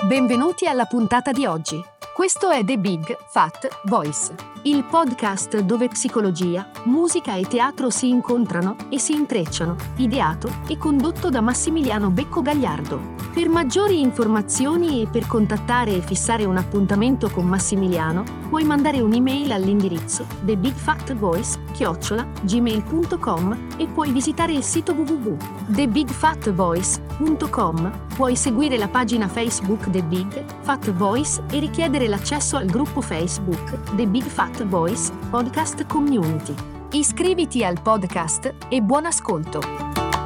Benvenuti alla puntata di oggi. Questo è The Big Fat Voice, il podcast dove psicologia, musica e teatro si incontrano e si intrecciano, ideato e condotto da Massimiliano Becco Gagliardo. Per maggiori informazioni e per contattare e fissare un appuntamento con Massimiliano, puoi mandare un'email all'indirizzo thebigfatvoice@gmail.com e puoi visitare il sito www.thebigfatvoice.com. Puoi seguire la pagina Facebook The Big Fat Voice e richiedere l'accesso al gruppo Facebook The Big Fat Voice Podcast Community. Iscriviti al podcast e buon ascolto!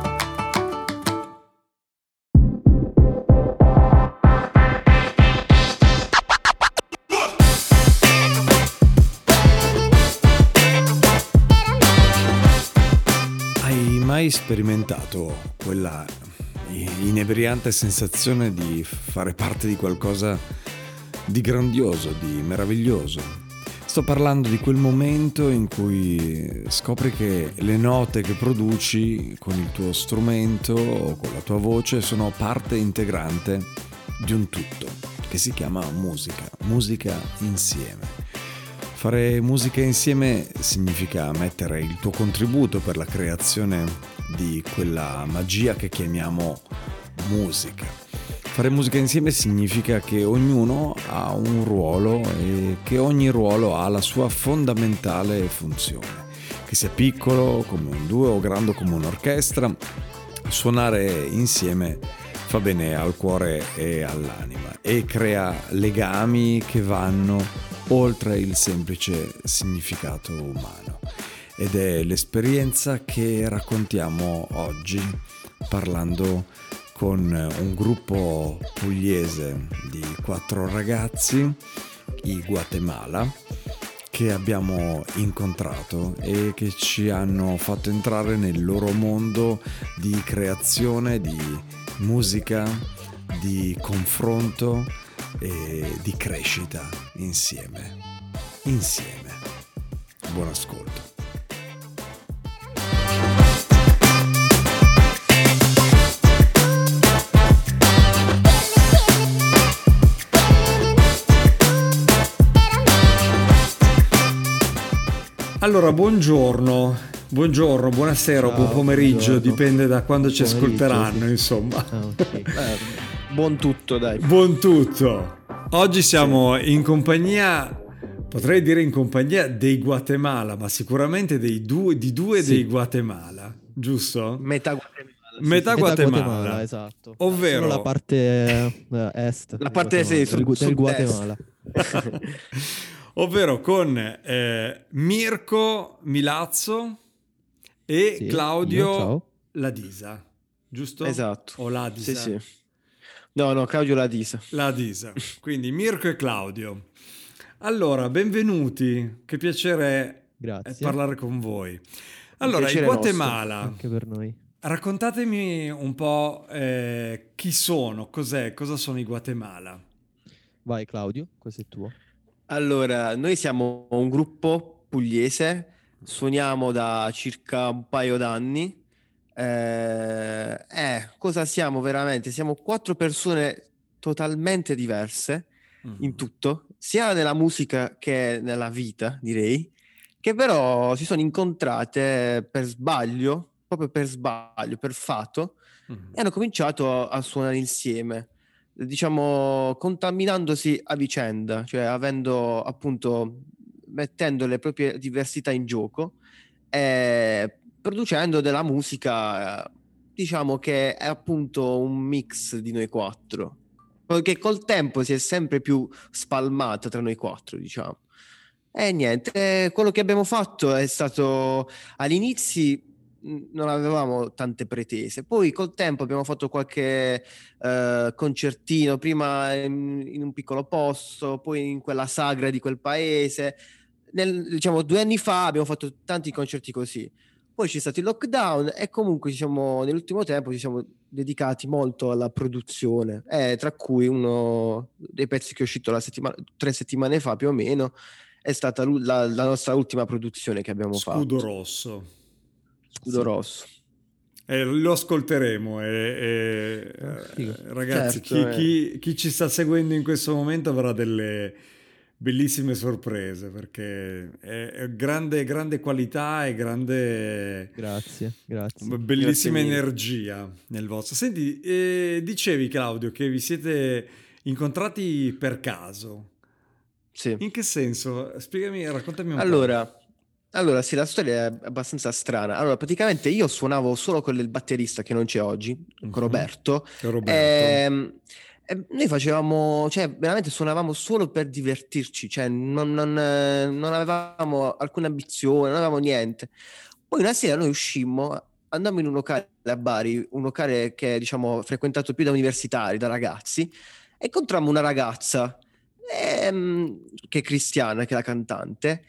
Hai mai sperimentato quella inebriante sensazione di fare parte di qualcosa di grandioso, di meraviglioso? Sto parlando di quel momento in cui scopri che le note che produci con il tuo strumento o con la tua voce sono parte integrante di un tutto che si chiama musica insieme. Fare musica insieme significa mettere il tuo contributo per la creazione di quella magia che chiamiamo musica. Fare musica insieme significa che ognuno ha un ruolo e che ogni ruolo ha la sua fondamentale funzione. Che sia piccolo come un duo o grande come un'orchestra, suonare insieme fa bene al cuore e all'anima e crea legami che vanno oltre il semplice significato umano. Ed è l'esperienza che raccontiamo oggi parlando con un gruppo pugliese di 4 ragazzi, i Guatemala, che abbiamo incontrato e che ci hanno fatto entrare nel loro mondo di creazione, di musica, di confronto e di crescita insieme. Buon ascolto. Allora, buongiorno, buonasera o buon pomeriggio, dipende da quando ci ascolteranno, sì. Insomma. Okay. Buon tutto, dai. Buon tutto. Oggi siamo in compagnia, potrei dire in compagnia dei Guatemala, ma sicuramente dei due dei Guatemala, giusto? Metà Guatemala. Metà Guatemala, esatto. Ovvero solo la parte est. La parte del Guatemala. Ovvero con Mirko Milazzo e Claudio Ladisa, giusto? Esatto. O Ladisa? Sì. No, Claudio Ladisa. Ladisa. Quindi Mirko e Claudio. Allora, benvenuti. Che piacere parlare con voi. Allora, il Guatemala. Anche per noi. Raccontatemi un po' chi sono, cosa sono i Guatemala. Vai Claudio, questo è tuo. Allora, noi siamo un gruppo pugliese, suoniamo da circa un paio d'anni. Cosa siamo veramente? Siamo 4 persone totalmente diverse in tutto, sia nella musica che nella vita, direi, che però si sono incontrate per sbaglio, proprio per sbaglio, per fatto, e hanno cominciato a suonare insieme. Diciamo contaminandosi a vicenda, cioè mettendo le proprie diversità in gioco e producendo della musica, diciamo che è appunto un mix di noi 4, perché col tempo si è sempre più spalmata tra noi 4, diciamo. E niente, quello che abbiamo fatto è stato all'inizio non avevamo tante pretese, poi col tempo abbiamo fatto qualche concertino, prima in un piccolo posto, poi in quella sagra di quel paese. 2 anni fa abbiamo fatto tanti concerti così, poi c'è stato il lockdown e comunque nell'ultimo tempo ci siamo dedicati molto alla produzione, tra cui uno dei pezzi che è uscito 3 settimane fa più o meno è stata la nostra ultima produzione che abbiamo fatto. Scudo Rosso. Rosso. Lo ascolteremo ragazzi, Certo, chi ci sta seguendo in questo momento avrà delle bellissime sorprese perché è grande qualità e Grazie. Grazie bellissima mille. energia nel vostro. Senti, dicevi Claudio che vi siete incontrati per caso. Sì. In che senso? Spiegami, raccontami un po'. Allora, sì, la storia è abbastanza strana. Allora, praticamente io suonavo solo con il batterista che non c'è oggi, con Roberto. Che Roberto. E noi facevamo, cioè, veramente suonavamo solo per divertirci, cioè, non avevamo alcuna ambizione, non avevamo niente. Poi una sera noi uscimmo, andammo in un locale a Bari, un locale che è, diciamo, frequentato più da universitari, da ragazzi, e incontrammo una ragazza che è Cristiana, che è la cantante.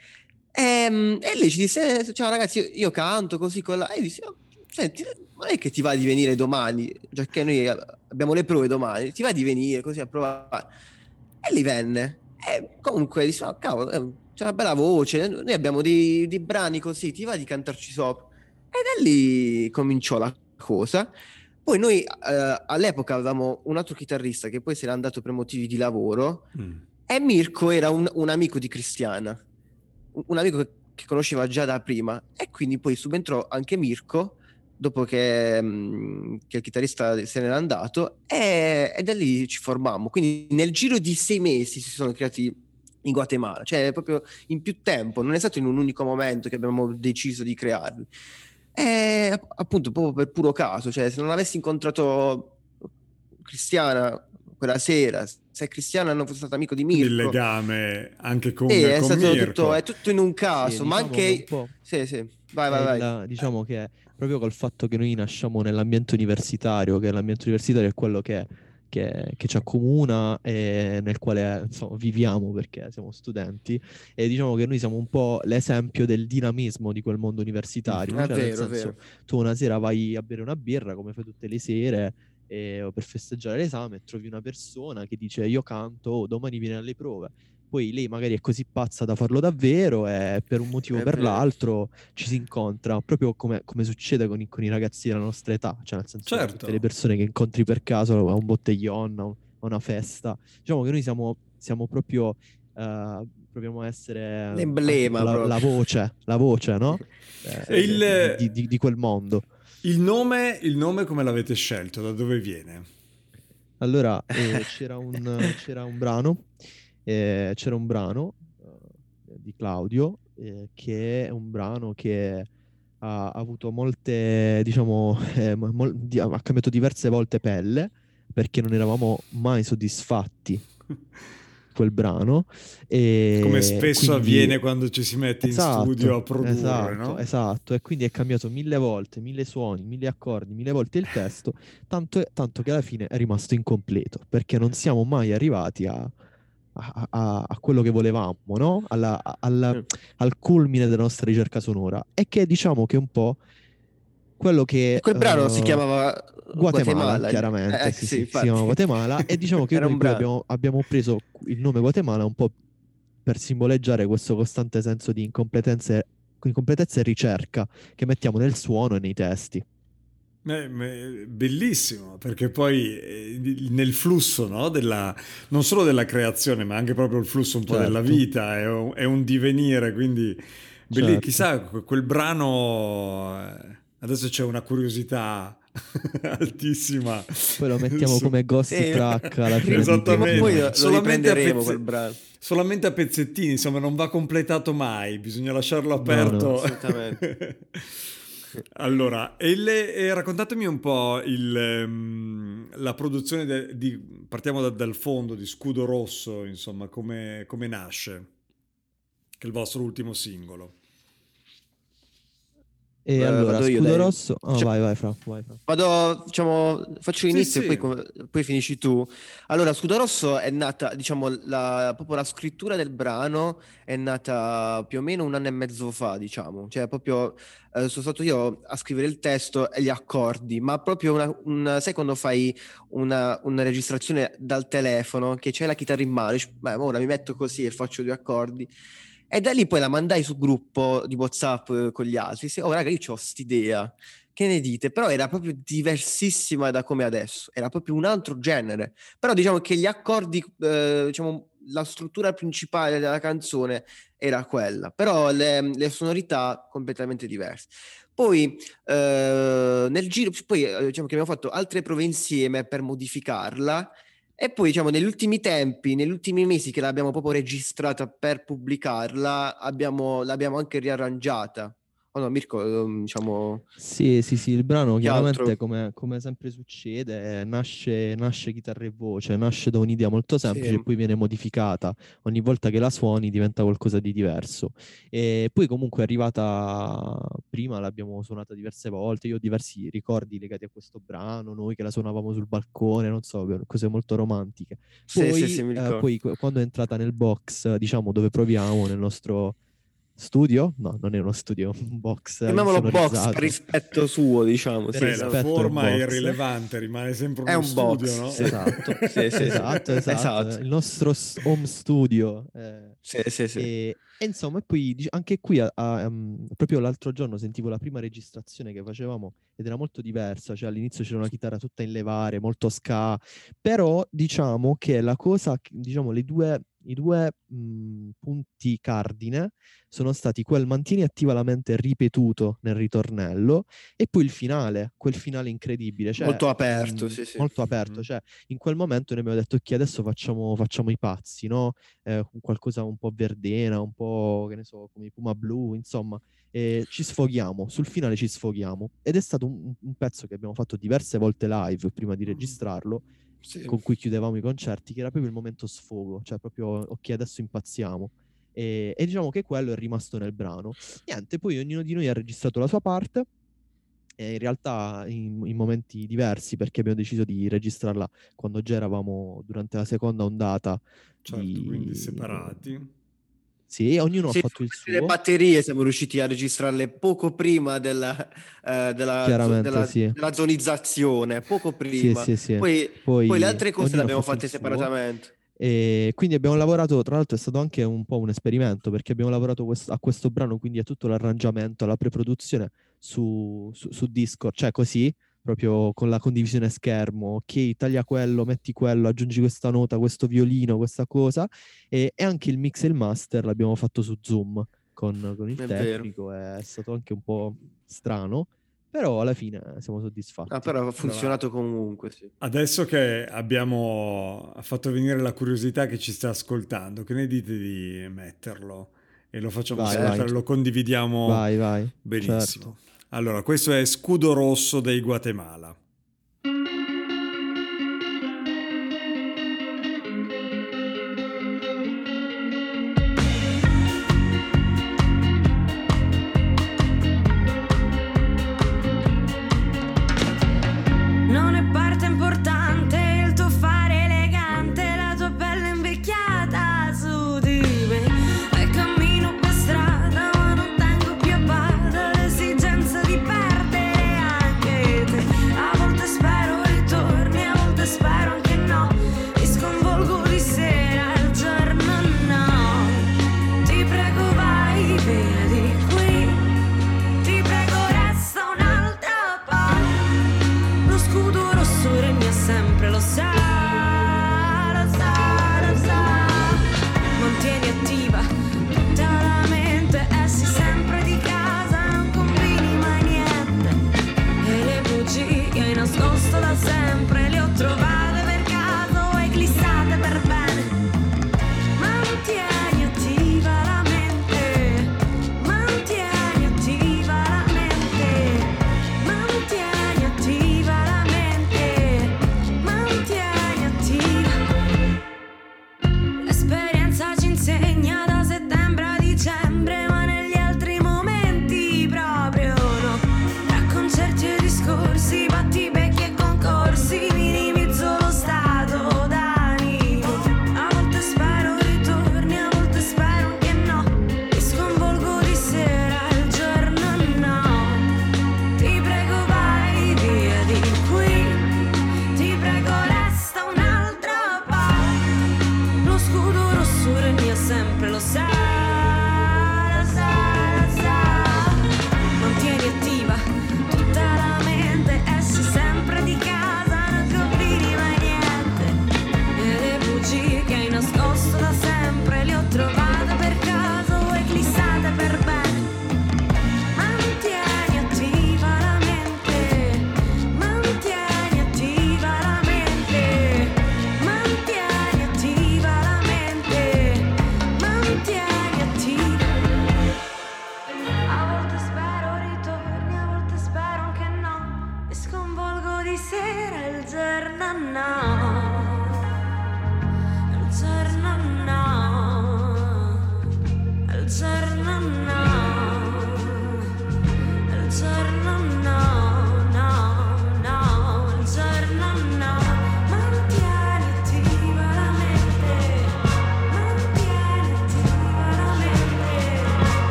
E lei ci disse: ciao ragazzi, io canto così con la. E io dissi: "Oh, senti, non è che ti va di venire domani, già che noi abbiamo le prove domani, ti va di venire così a provare?" E lei venne. E comunque disse: "Oh, cavolo, c'è una bella voce, noi abbiamo dei brani così, ti va di cantarci sopra?" E da lì cominciò la cosa. Poi noi all'epoca avevamo un altro chitarrista che poi se n'è andato per motivi di lavoro, e Mirko era un amico di Cristiana, un amico che conosceva già da prima, e quindi poi subentrò anche Mirko dopo che il chitarrista se n'era andato, e da lì ci formammo. Quindi nel giro di 6 mesi si sono creati in Guatemala, cioè proprio in più tempo, non è stato in un unico momento che abbiamo deciso di crearli. E appunto proprio per puro caso, cioè se non avessi incontrato Cristiana quella sera, se Cristiana non fosse stato amico di Quindi il Mirko, legame anche con è con stato Mirko. è tutto in un Sì, caso, ma diciamo che un anche po' sì, vai. diciamo che proprio col fatto che noi nasciamo nell'ambiente universitario, che l'ambiente universitario è quello che ci accomuna e nel quale insomma, viviamo perché siamo studenti, e diciamo che noi siamo un po' l'esempio del dinamismo di quel mondo universitario, È cioè nel vero, è senso vero. tu una sera vai a bere una birra come fai tutte le sere o per festeggiare l'esame e trovi una persona che dice io canto, domani vieni alle prove. Poi lei magari è così pazza da farlo davvero e per un motivo o È per vero. l'altro ci si incontra, proprio come succede con i ragazzi della nostra età, cioè nel senso Certo. tutte le persone che incontri per caso a un botteglione, a una festa. Diciamo che noi siamo proprio, proviamo a essere L'emblema anche proprio. la voce, no? E Di quel mondo. il nome come l'avete scelto? Da dove viene? Allora, c'era un brano di Claudio, che è un brano che ha avuto molte, diciamo, ha cambiato diverse volte pelle, perché non eravamo mai soddisfatti quel brano. E Come spesso quindi, avviene quando ci si mette in studio a produrre, no? esatto, e quindi è cambiato 1000 volte, 1000 suoni, 1000 accordi, 1000 volte il testo, tanto che alla fine è rimasto incompleto, perché non siamo mai arrivati a quello che volevamo, no? Al culmine della nostra ricerca sonora, e che diciamo che è un po' quello E che quel brano si chiamava Guatemala, Guatemala. chiaramente, Sì, si infatti. chiama Guatemala, e diciamo che Era noi un poi brano. abbiamo preso il nome Guatemala un po' per simboleggiare questo costante senso di incompletezza e ricerca che mettiamo nel suono e nei testi. Bellissimo, perché poi nel flusso, no, non solo della creazione, ma anche proprio il flusso un po' della Certo, vita, è un divenire, quindi certo. chissà, quel brano, adesso c'è una curiosità altissima. Poi lo mettiamo come ghost Sì, track alla fine prima o di poi Big. lo Solamente a riprenderemo quel brano. solamente a pezzettini, insomma, non va completato mai, bisogna lasciarlo No, aperto. Assolutamente. Allora, e raccontatemi un po' la produzione partiamo dal fondo di Scudo Rosso, insomma, come nasce, che è il vostro ultimo singolo. E allora, Vado io, Scudo dai. Rosso. Oh, vai, Fra. Faccio Sì, l'inizio e sì. poi finisci tu. Allora, Scudo Rosso è nata, diciamo, proprio la scrittura del brano è nata più o meno un anno e mezzo fa, diciamo. Cioè, proprio sono stato io a scrivere il testo e gli accordi, ma proprio sai quando fai una registrazione dal telefono, che c'è la chitarra in mano, dici, beh, ora mi metto così e faccio 2 accordi. E da lì poi la mandai sul gruppo di WhatsApp con gli altri. Sì, oh raga, io ho st'idea. che ne dite? Però era proprio diversissima da come adesso, era proprio un altro genere. Però diciamo che gli accordi, diciamo, la struttura principale della canzone era quella, però le sonorità completamente diverse. Poi nel giro, poi diciamo che abbiamo fatto altre prove insieme per modificarla, e poi diciamo negli ultimi tempi, negli ultimi mesi che l'abbiamo proprio registrata per pubblicarla, l'abbiamo anche riarrangiata. Oh no, Mirko, diciamo... Sì, il brano Che altro? chiaramente come sempre succede nasce chitarra e voce, nasce da un'idea molto semplice Sì. e poi viene modificata. Ogni volta che la suoni diventa qualcosa di diverso. E poi comunque è arrivata, prima l'abbiamo suonata diverse volte, io ho diversi ricordi legati a questo brano, noi che la suonavamo sul balcone, non so, cose molto romantiche. Poi, Sì, mi ricordo. poi quando è entrata nel box, diciamo, dove proviamo, nel nostro... studio? No, non è uno studio, un box Chiamiamolo box insonorizzato. per rispetto suo, diciamo. Per Sì, Beh, la rispetto forma è un è box. irrilevante, rimane sempre È uno un studio, box, no? sì. Esatto, Sì. esatto. Il nostro home studio. Sì. E insomma, e poi anche qui, proprio l'altro giorno sentivo la prima registrazione che facevamo ed era molto diversa, cioè all'inizio c'era una chitarra tutta in levare, molto ska, però diciamo che la cosa, diciamo i due punti cardine sono stati quel mantieni attiva la mente ripetuto nel ritornello e poi il finale, quel finale incredibile, cioè, Molto aperto, sì. molto aperto, cioè in quel momento noi abbiamo detto ok, adesso facciamo i pazzi, no? Qualcosa un po' verdena, un po' che ne so, come i Puma Blu, insomma, ci sfoghiamo, sul finale ci sfoghiamo ed è stato un pezzo che abbiamo fatto diverse volte live prima di registrarlo, Sì. con cui chiudevamo i concerti, che era proprio il momento sfogo, cioè proprio ok, adesso impazziamo. E diciamo che quello è rimasto nel brano. Niente, poi ognuno di noi ha registrato la sua parte, in realtà in momenti diversi, perché abbiamo deciso di registrarla quando già eravamo durante la seconda ondata. Certo, quindi separati. Sì, ognuno ha fatto il Le suo. batterie siamo riusciti a registrarle poco prima della zonizzazione, poco prima. Sì. Poi le altre cose ognuno le abbiamo ha fatto fatte il suo. separatamente. E quindi abbiamo lavorato, tra l'altro è stato anche un po' un esperimento, perché abbiamo lavorato a questo brano, quindi a tutto l'arrangiamento, la preproduzione su Discord, cioè così, proprio con la condivisione schermo, ok, taglia quello, metti quello, aggiungi questa nota, questo violino, questa cosa, e anche il mix e il master l'abbiamo fatto su Zoom con il È tecnico, è stato anche un po' strano, però alla fine siamo soddisfatti. Però ha funzionato comunque, sì. Adesso che abbiamo fatto venire la curiosità che ci sta ascoltando, che ne dite di metterlo? E lo facciamo ascoltare, lo condividiamo. Vai. Benissimo. Certo. Allora, questo è Scudo Rosso dei Guatemala. Non è parte importante il tuo fare elegante, la tua pelle invecchiata su di me. E cammino per strada ma non tengo più a bada l'esigenza di perdere anche te.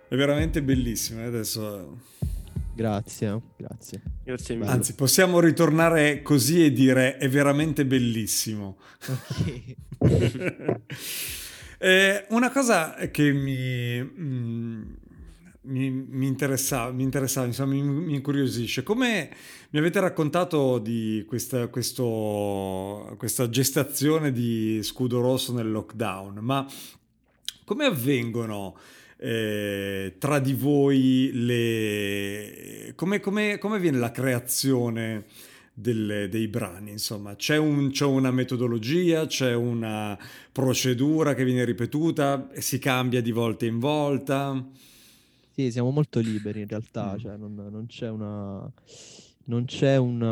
È veramente bellissimo. Adesso, Grazie. Grazie mille. anzi, possiamo ritornare così e dire è veramente bellissimo. Ok. Una cosa che mi interessava, insomma, mi incuriosisce. Come mi avete raccontato di questa gestazione di Scudo Rosso nel lockdown, ma come avvengono tra di voi come viene la creazione dei brani? Insomma, c'è una metodologia, c'è una procedura che viene ripetuta e si cambia di volta in volta? Sì, siamo molto liberi in realtà, Mm. cioè non c'è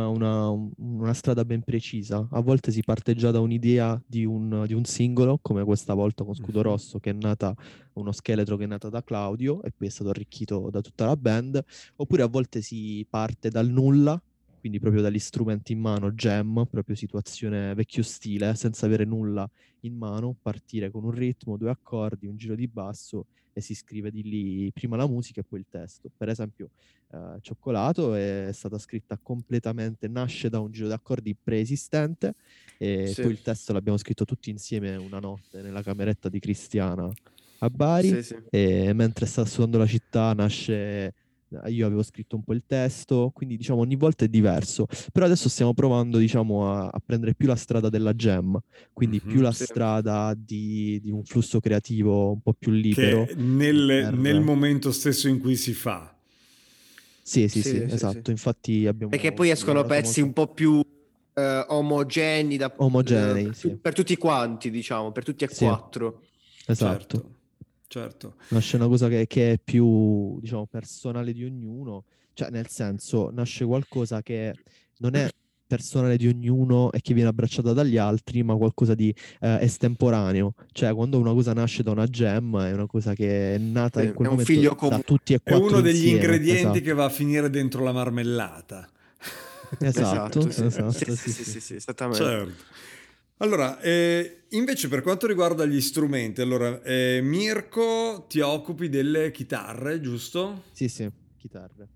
una strada ben precisa. A volte si parte già da un'idea di un singolo, come questa volta con Scudo Mhm. Rosso, che è nata, uno scheletro che è nata da Claudio e poi è stato arricchito da tutta la band. Oppure a volte si parte dal nulla, quindi proprio dagli strumenti in mano, jam, proprio situazione vecchio stile, senza avere nulla in mano, partire con un ritmo, 2 accordi, un giro di basso e si scrive di lì prima la musica e poi il testo. Per esempio, Cioccolato è stata scritta completamente, nasce da un giro d'accordi preesistente e Sì. poi il testo l'abbiamo scritto tutti insieme una notte nella cameretta di Cristiana a Bari, Sì, sì. e mentre sta studiando la città nasce... Io avevo scritto un po' il testo, quindi diciamo ogni volta è diverso. Però adesso stiamo provando, diciamo, a prendere più la strada della jam, quindi più Mhm. la Sì. strada di un flusso creativo un po' più libero. Che nel Per... momento stesso in cui si fa. Sì, Sì, sì, esatto. sì. Infatti Perché abbiamo poi escono lavorato pezzi molto un po' più omogenei omogenei, sì. per tutti quanti, diciamo, per tutti e Sì, quattro. esatto. Certo. Nasce una cosa che è più, diciamo, personale di ognuno, cioè nel senso nasce qualcosa che non è personale di ognuno e che viene abbracciata dagli altri, ma qualcosa di estemporaneo. Cioè quando una cosa nasce da una jam è una cosa che è nata Sì, in quel è un momento figlio da comune. tutti e È quattro uno degli insieme. ingredienti che Esatto. va a finire dentro la marmellata. Esatto, Sì. esatto, Sì, sì. sì, esattamente. Certo. Allora, invece per quanto riguarda gli strumenti, allora, Mirko, ti occupi delle chitarre, giusto? Sì, chitarre.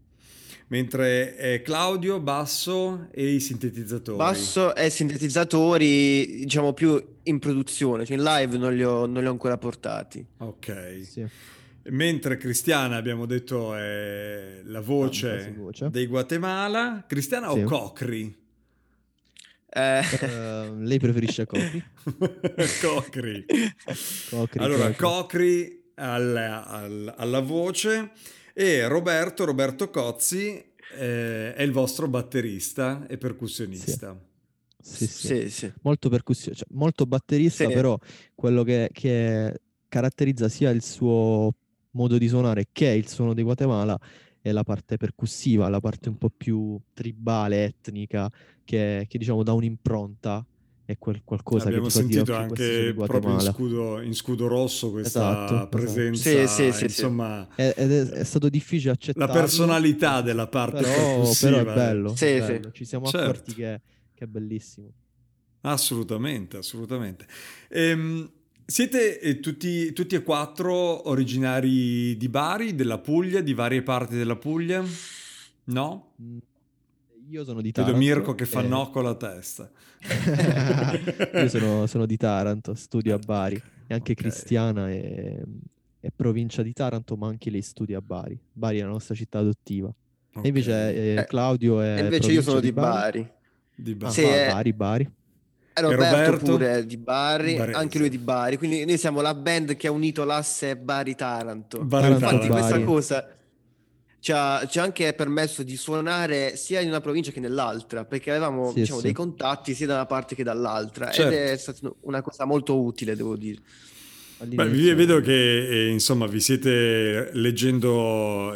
Mentre Claudio, basso e i sintetizzatori. Basso e sintetizzatori, diciamo, più in produzione, cioè in live non li ho ancora portati. Ok. Sì. Mentre Cristiana, abbiamo detto, è la Canta, sì, voce voce. dei Guatemala. Cristiana Sì. o Cocri? Lei preferisce Cocri? Cocri. Cocri Allora, proprio. Cocri alla voce e Roberto Cozzi è il vostro batterista e percussionista. Sì. Sì. Molto percussione, cioè, molto batterista, Sì. però quello che caratterizza sia il suo modo di suonare che il suono di Guatemala è la parte percussiva, la parte un po' più tribale, etnica, che diciamo dà un'impronta, è qualcosa Abbiamo che ti fa dire sentito ok, questi sono i anche proprio Guatemala. in Scudo Rosso questa Esatto. presenza, Sì. insomma, È stato difficile la accettarlo, personalità della parte però è percussiva. bello, Sì, è sì. bello. Ci siamo Certo. accorti che è bellissimo. Assolutamente. Siete tutti e quattro originari di Bari, della Puglia, di varie parti della Puglia? No? Io sono di Vedo Taranto. Mirko che fa no con la testa. Io sono di Taranto, studio a Bari. Ok, E anche ok. Cristiana è provincia di Taranto, ma anche lei studia a Bari. Bari è la nostra città adottiva. Ok. E invece Claudio E è invece io provincia sono di di Bari. Bari. Di Bari. Sì, Bari. E E Roberto Roberto? pure di Bari, Barese. anche lui di Bari, quindi noi siamo la band che ha unito l'asse Bari-Taranto. Taranto, Infatti questa Bari. cosa ci ha anche permesso di suonare sia in una provincia che nell'altra, perché avevamo Sì, diciamo, sì. dei contatti sia da una parte che dall'altra, Certo. ed è stata una cosa molto utile, devo dire. Beh, All'inizio vedo che insomma vi siete leggendo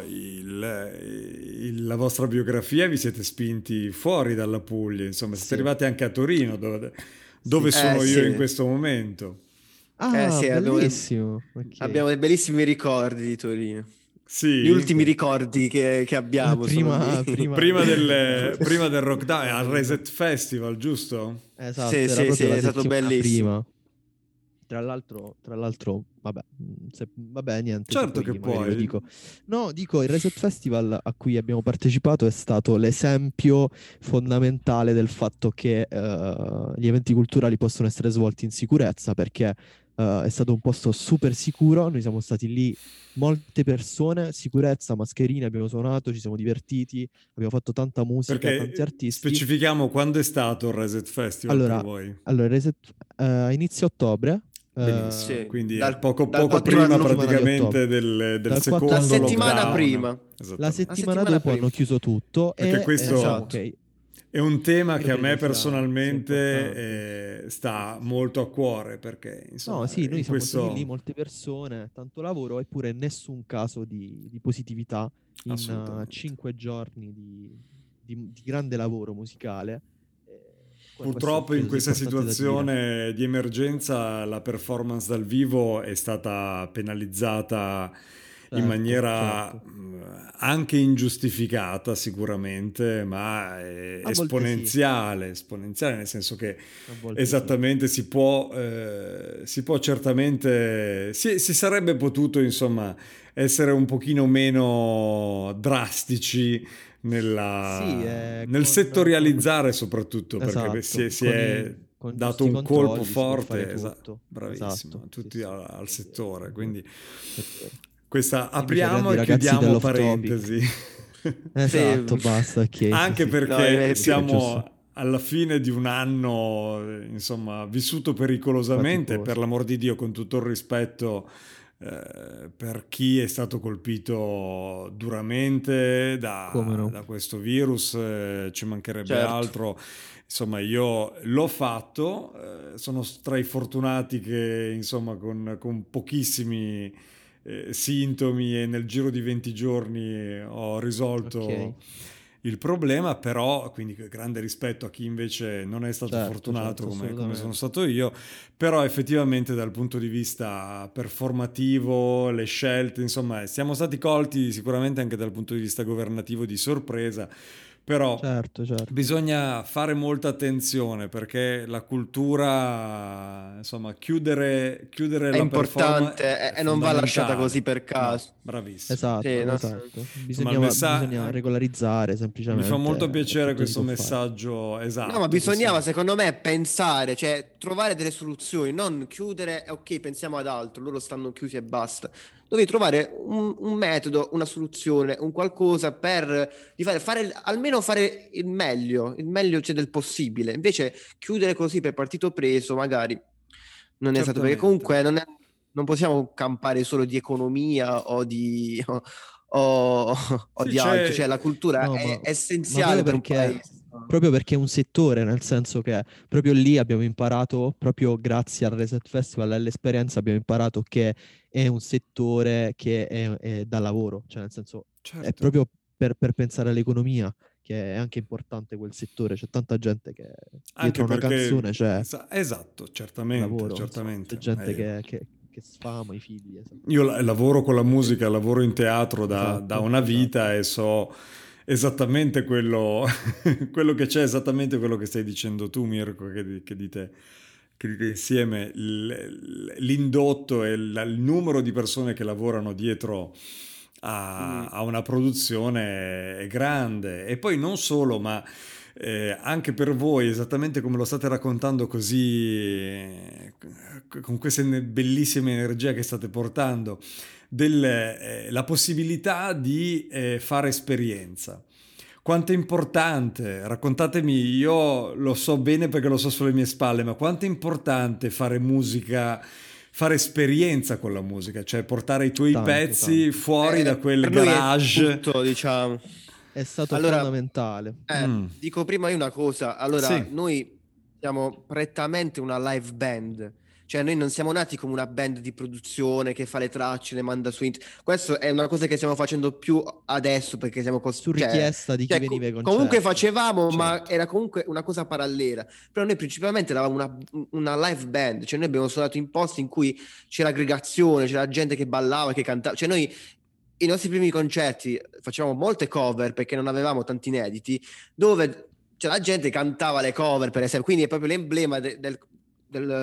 la vostra biografia, vi siete spinti fuori dalla Puglia, insomma siete Sì. arrivati anche a Torino dove sono io sì. in questo momento. Sì, bellissimo. Ok. abbiamo dei bellissimi ricordi di Torino. Sì, Gli ultimi ricordi che abbiamo sono lì. prima del Rockdown al Reset Festival, giusto? Esatto, Sì, era sì, proprio sì, la è stato settimana bellissimo. prima. Tra l'altro, vabbè, niente. Certo poi che magari puoi. lo dico. No, dico, il Reset Festival a cui abbiamo partecipato è stato l'esempio fondamentale del fatto che gli eventi culturali possono essere svolti in sicurezza, perché è stato un posto super sicuro. Noi siamo stati lì, molte persone, sicurezza, mascherine, abbiamo suonato, ci siamo divertiti, abbiamo fatto tanta musica, tanti Perché artisti. specifichiamo quando è stato il Reset Festival per Allora, voi. inizio ottobre. Benissimo, Sì, quindi è dal poco 4 prima settimana di praticamente ottobre. del Dal 4 La al secondo 9 settimana lockdown. prima. La Esattamente. settimana settimana dopo prima. hanno chiuso tutto Perché e questo diciamo Esatto. che è un tema che a credo me sia personalmente importante. sta molto a cuore, perché No, insomma sì, noi in siamo stati lì, questo molte persone, tanto lavoro, eppure nessun caso di positività in assolutamente. 5 giorni di grande lavoro musicale. Questo Purtroppo in credo sia questa importante da dire. situazione di emergenza la performance dal vivo è stata penalizzata in Certo, maniera certo. anche ingiustificata sicuramente, ma A volte sì, esponenziale nel senso che a volte sì. esattamente si può certamente, si sarebbe potuto insomma essere un pochino meno drastici Sì, nel settorializzare soprattutto perché esatto, si è con dato giusti un colpo controlli si può fare forte, tutto. bravissimo, Esatto, sì, tutti sì, al è vero, settore. è vero, Quindi è vero. questa Invece, apriamo grandi e ragazzi chiudiamo dell'off topic. parentesi. Esatto, Sì. basta, ok, sì, Anche sì. No, perché È giusto, è giusto. siamo alla fine di un anno, insomma, vissuto pericolosamente, per Faticoso. l'amor di Dio, con tutto il rispetto per chi è stato colpito duramente Come no? da questo virus, ci mancherebbe Certo. altro. Insomma, io l'ho fatto, sono tra i fortunati che, insomma, con pochissimi sintomi e nel giro di 20 giorni ho Ok, risolto il problema, però quindi grande rispetto a chi invece non è stato certo, fortunato certo, come sono assolutamente. stato io, però effettivamente dal punto di vista performativo, le scelte, insomma, siamo stati colti sicuramente anche dal punto di vista governativo di sorpresa, però Certo, certo. bisogna fare molta attenzione perché la cultura, insomma, chiudere È la performance importante è e non va lasciata così fondamentale. per No, caso. bravissimo. Sì, Esatto, no? esatto. Insomma, Bisogna regolarizzare mi fa semplicemente molto e piacere tutto si questo può fare. messaggio No, ma esatto. bisognava secondo me pensare, cioè trovare delle soluzioni, non chiudere, ok, pensiamo ad altro, loro stanno chiusi e basta. Dovevi trovare un metodo, una soluzione, un qualcosa per almeno fare il meglio c'è del possibile. Invece chiudere così per partito preso magari non è stato, perché Certamente. comunque non possiamo campare solo di economia o Sì, di altro, cioè c'è. la cultura No, è ma essenziale per un paese. proprio perché è un settore, nel senso che proprio lì abbiamo imparato, proprio grazie al Reset Festival e all'esperienza, abbiamo imparato che è un settore che è da lavoro, cioè nel senso è Certo. proprio per pensare all'economia, che è anche importante quel settore. C'è tanta gente che Anche dietro una canzone perché, c'è esatto, certamente, lavoro, insomma, c'è certamente. gente che sfama i figli. Esatto. Io lavoro con la musica, lavoro in teatro da Esatto, una vita esatto. e so esattamente quello, quello che c'è, esattamente quello che stai dicendo tu, Mirko, che dite insieme l'indotto e il numero di persone che lavorano dietro Mm. a una produzione è grande. E poi non solo, ma anche per voi, esattamente come lo state raccontando così, con questa bellissima energia che state portando, la possibilità di fare esperienza. Quanto è importante, raccontatemi, io lo so bene perché lo so sulle mie spalle, ma quanto è importante fare musica, fare esperienza con la musica, cioè portare i tuoi Tanto, pezzi tanto. fuori da quel Per noi è garage. tutto, diciamo. È stato Allora, fondamentale. dico prima io una cosa. Allora, Sì, noi siamo prettamente una live band. Cioè, noi non siamo nati come una band di produzione che fa le tracce, le manda su internet. Questo è una cosa che stiamo facendo più adesso perché siamo Su richiesta di chi veniva ai comunque concerti. facevamo, ma certo. era comunque una cosa parallela. Però noi principalmente eravamo una live band. Cioè, noi abbiamo suonato in posti in cui c'era aggregazione, c'era gente che ballava, che cantava. Cioè, noi i nostri primi concerti facevamo molte cover perché non avevamo tanti inediti, dove la gente cantava le cover, per esempio, quindi è proprio l'emblema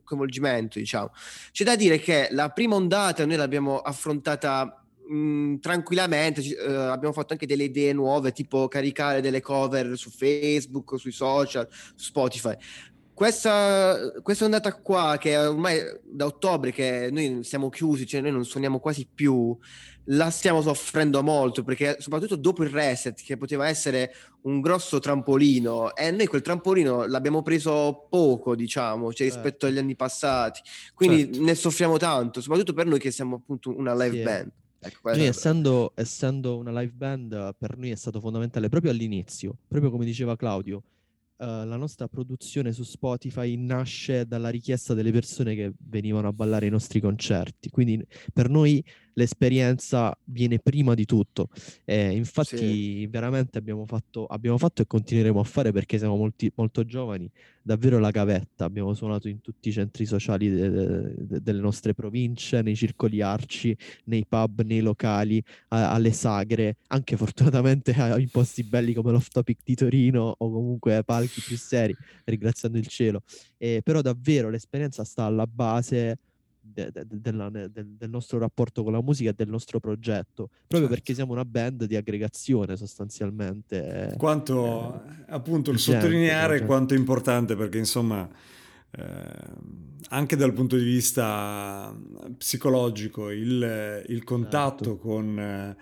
coinvolgimento, diciamo. C'è da dire che la prima ondata noi l'abbiamo affrontata tranquillamente, abbiamo fatto anche delle idee nuove, tipo caricare delle cover su Facebook, sui social, su Spotify. Questa ondata qua, che ormai da ottobre che noi siamo chiusi, cioè noi non suoniamo quasi più, la stiamo soffrendo molto, perché soprattutto dopo il reset, che poteva essere un grosso trampolino, e noi quel trampolino l'abbiamo preso poco, diciamo, cioè, rispetto agli anni passati, quindi ne soffriamo tanto, soprattutto per noi che siamo appunto una live band. Ecco, noi essendo una live band, per noi è stato fondamentale proprio all'inizio, proprio come diceva Claudio. La nostra produzione su Spotify nasce dalla richiesta delle persone che venivano a ballare ai nostri concerti, quindi per noi l'esperienza viene prima di tutto. Infatti veramente abbiamo fatto e continueremo a fare, perché siamo molto giovani, davvero la gavetta. Abbiamo suonato in tutti i centri sociali delle nostre province, nei circoli arci, nei pub, nei locali, alle sagre, anche fortunatamente in posti belli come l'Off Topic di Torino, o comunque palchi più seri, ringraziando il cielo. Però davvero l'esperienza sta alla base del nostro rapporto con la musica e del nostro progetto, proprio perché siamo una band di aggregazione sostanzialmente. Quanto appunto il gente, sottolineare quanto è importante, perché insomma anche dal punto di vista psicologico il contatto con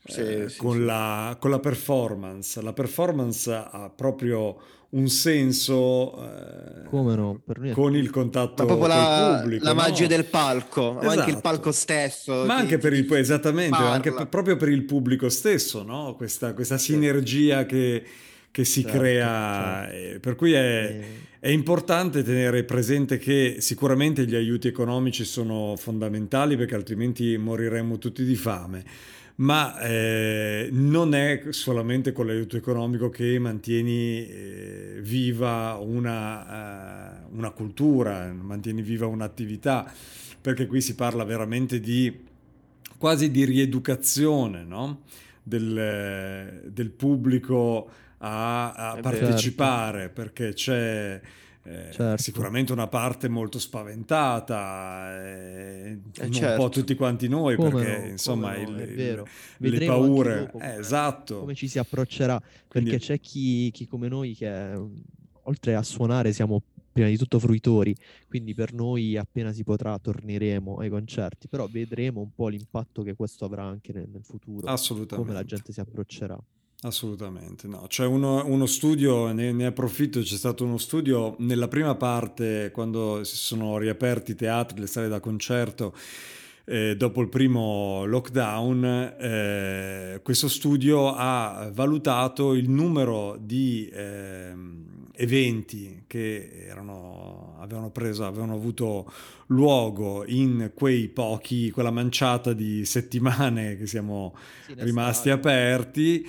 la performance. La performance ha proprio un senso come no, per noi con il contatto ma proprio col pubblico, la magia del palco, ma anche il palco stesso, ma anche per esattamente, anche proprio per il pubblico stesso, no? Questa sinergia che si crea, per cui è importante tenere presente che sicuramente gli aiuti economici sono fondamentali, perché altrimenti moriremmo tutti di fame. Ma non è solamente con l'aiuto economico che mantieni viva una cultura, mantieni viva un'attività, perché qui si parla veramente quasi di rieducazione, no? del pubblico a partecipare, perché c'è sicuramente una parte molto spaventata, un po' tutti quanti noi, perché insomma è vero. le paure, dopo esatto, come ci si approccerà, perché c'è chi come noi che oltre a suonare siamo prima di tutto fruitori, quindi per noi appena si potrà torneremo ai concerti, però vedremo un po' l'impatto che questo avrà anche nel futuro, come la gente si approccerà. Assolutamente, no. C'è uno studio, ne approfitto, c'è stato uno studio nella prima parte, quando si sono riaperti i teatri, le sale da concerto, dopo il primo lockdown. Questo studio ha valutato il numero di eventi che avevano avuto luogo in quella manciata di settimane che siamo rimasti aperti,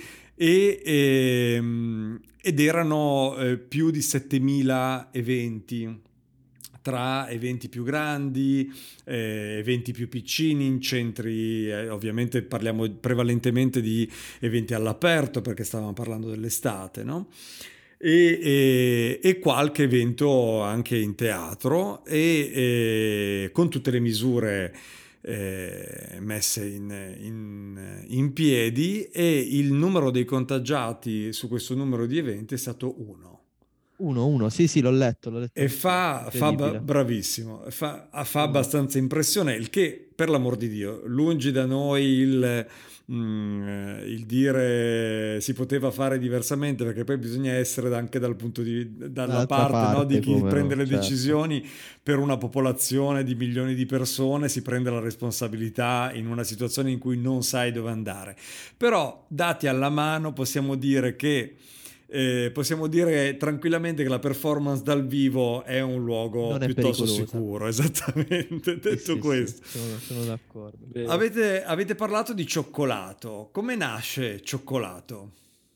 ed erano più di 7.000 eventi, tra eventi più grandi, eventi più piccini in centri, ovviamente parliamo prevalentemente di eventi all'aperto, perché stavamo parlando dell'estate, no? E qualche evento anche in teatro, e con tutte le misure messe in piedi, e il numero dei contagiati su questo numero di eventi è stato 1. Sì, l'ho letto. E fa bravissimo, fa abbastanza impressione, il che, per l'amor di Dio, lungi da noi il dire si poteva fare diversamente, perché poi bisogna essere anche dalla parte, no, di chi prende le decisioni. Per una popolazione di milioni di persone si prende la responsabilità in una situazione in cui non sai dove andare, però dati alla mano possiamo dire tranquillamente che la performance dal vivo è un luogo piuttosto sicuro. Esattamente, detto questo. Sono d'accordo. Avete parlato di Cioccolato. Come nasce Cioccolato?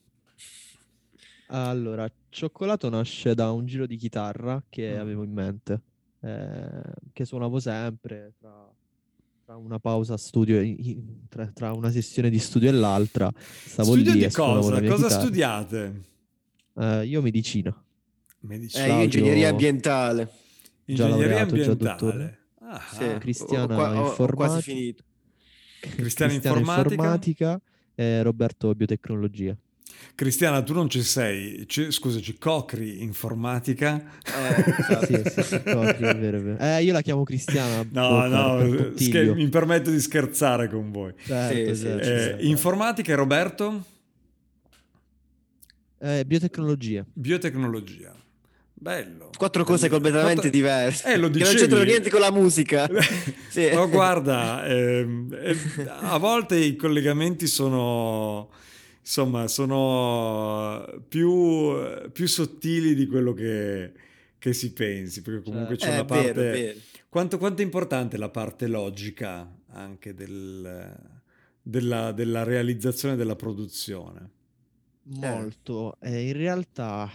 Allora, Cioccolato nasce da un giro di chitarra che avevo in mente, che suonavo sempre tra una pausa studio, tra una sessione di studio e l'altra. Stavo studio lì di e suonavo la mia cosa chitarra. Studiate? Io medicina. Io ingegneria ambientale. già Ingegneria laureato, già dottore. ambientale. Ah, Sì, ah. Cristiana ho quasi informatica. finito. Cristiana informatica. e Roberto biotecnologia. Cristiana, tu non ci sei. Scusaci, Cocri informatica. Esatto. Sì, Cocri, è vero, è vero. Io la chiamo Cristiana No, per no, puntiglio. mi permetto di scherzare con voi. Certo, Sì, certo, ci certo. Informatica e Roberto? Biotecnologia. Biotecnologia. Bello. 4 cose completamente diverse. Lo Che non c'entrano dicevi. niente con la musica. Sì. No, guarda, a volte i collegamenti sono, insomma, sono più sottili di quello che si pensi, perché comunque c'è Certo. una È vero, è parte... vero. Quanto è importante la parte logica anche della realizzazione della produzione? Molto. In realtà,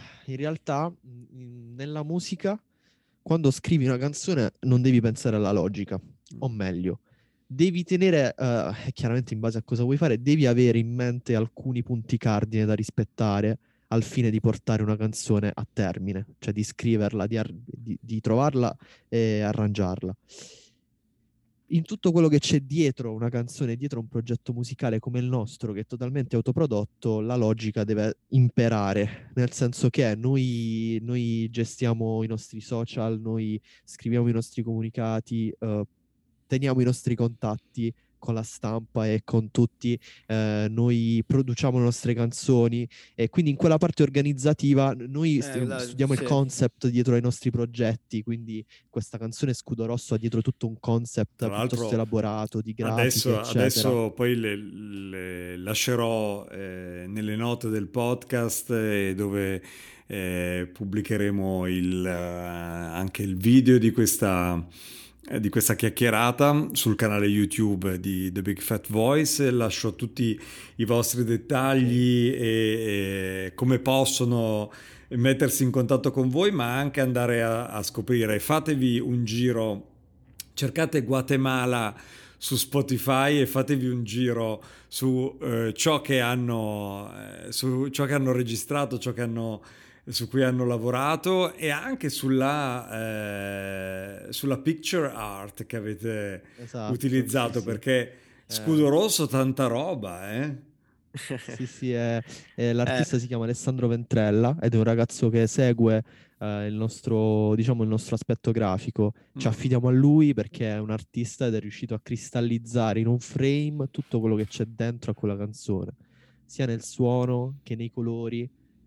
nella musica, quando scrivi una canzone, non devi pensare alla logica, o meglio, devi tenere, chiaramente in base a cosa vuoi fare, devi avere in mente alcuni punti cardine da rispettare al fine di portare una canzone a termine, cioè di scriverla, di trovarla e arrangiarla. In tutto quello che c'è dietro una canzone, dietro un progetto musicale come il nostro, che è totalmente autoprodotto, la logica deve imperare, nel senso che noi gestiamo i nostri social, noi scriviamo i nostri comunicati, teniamo i nostri contatti con la stampa e con tutti, noi produciamo le nostre canzoni e quindi in quella parte organizzativa noi studiamo il sì. concept dietro ai nostri progetti, quindi questa canzone Scudo Rosso ha dietro tutto un concept Tra piuttosto l'altro, elaborato di grafiche, eccetera. adesso poi le lascerò nelle note del podcast dove pubblicheremo anche il video di questa chiacchierata sul canale YouTube di The Big Fat Voice. Lascio tutti i vostri dettagli e come possono mettersi in contatto con voi, ma anche andare a scoprire. Fatevi un giro, cercate Guatemala su Spotify e fatevi un giro su ciò che hanno registrato, su cui hanno lavorato e anche sulla picture art che avete Esatto, utilizzato, sì. perché Scudo Rosso tanta roba, Sì, l'artista si chiama Alessandro Ventrella ed è un ragazzo che segue il nostro aspetto grafico. Ci affidiamo a lui perché è un artista ed è riuscito a cristallizzare in un frame tutto quello che c'è dentro a quella canzone, sia nel suono che nei colori,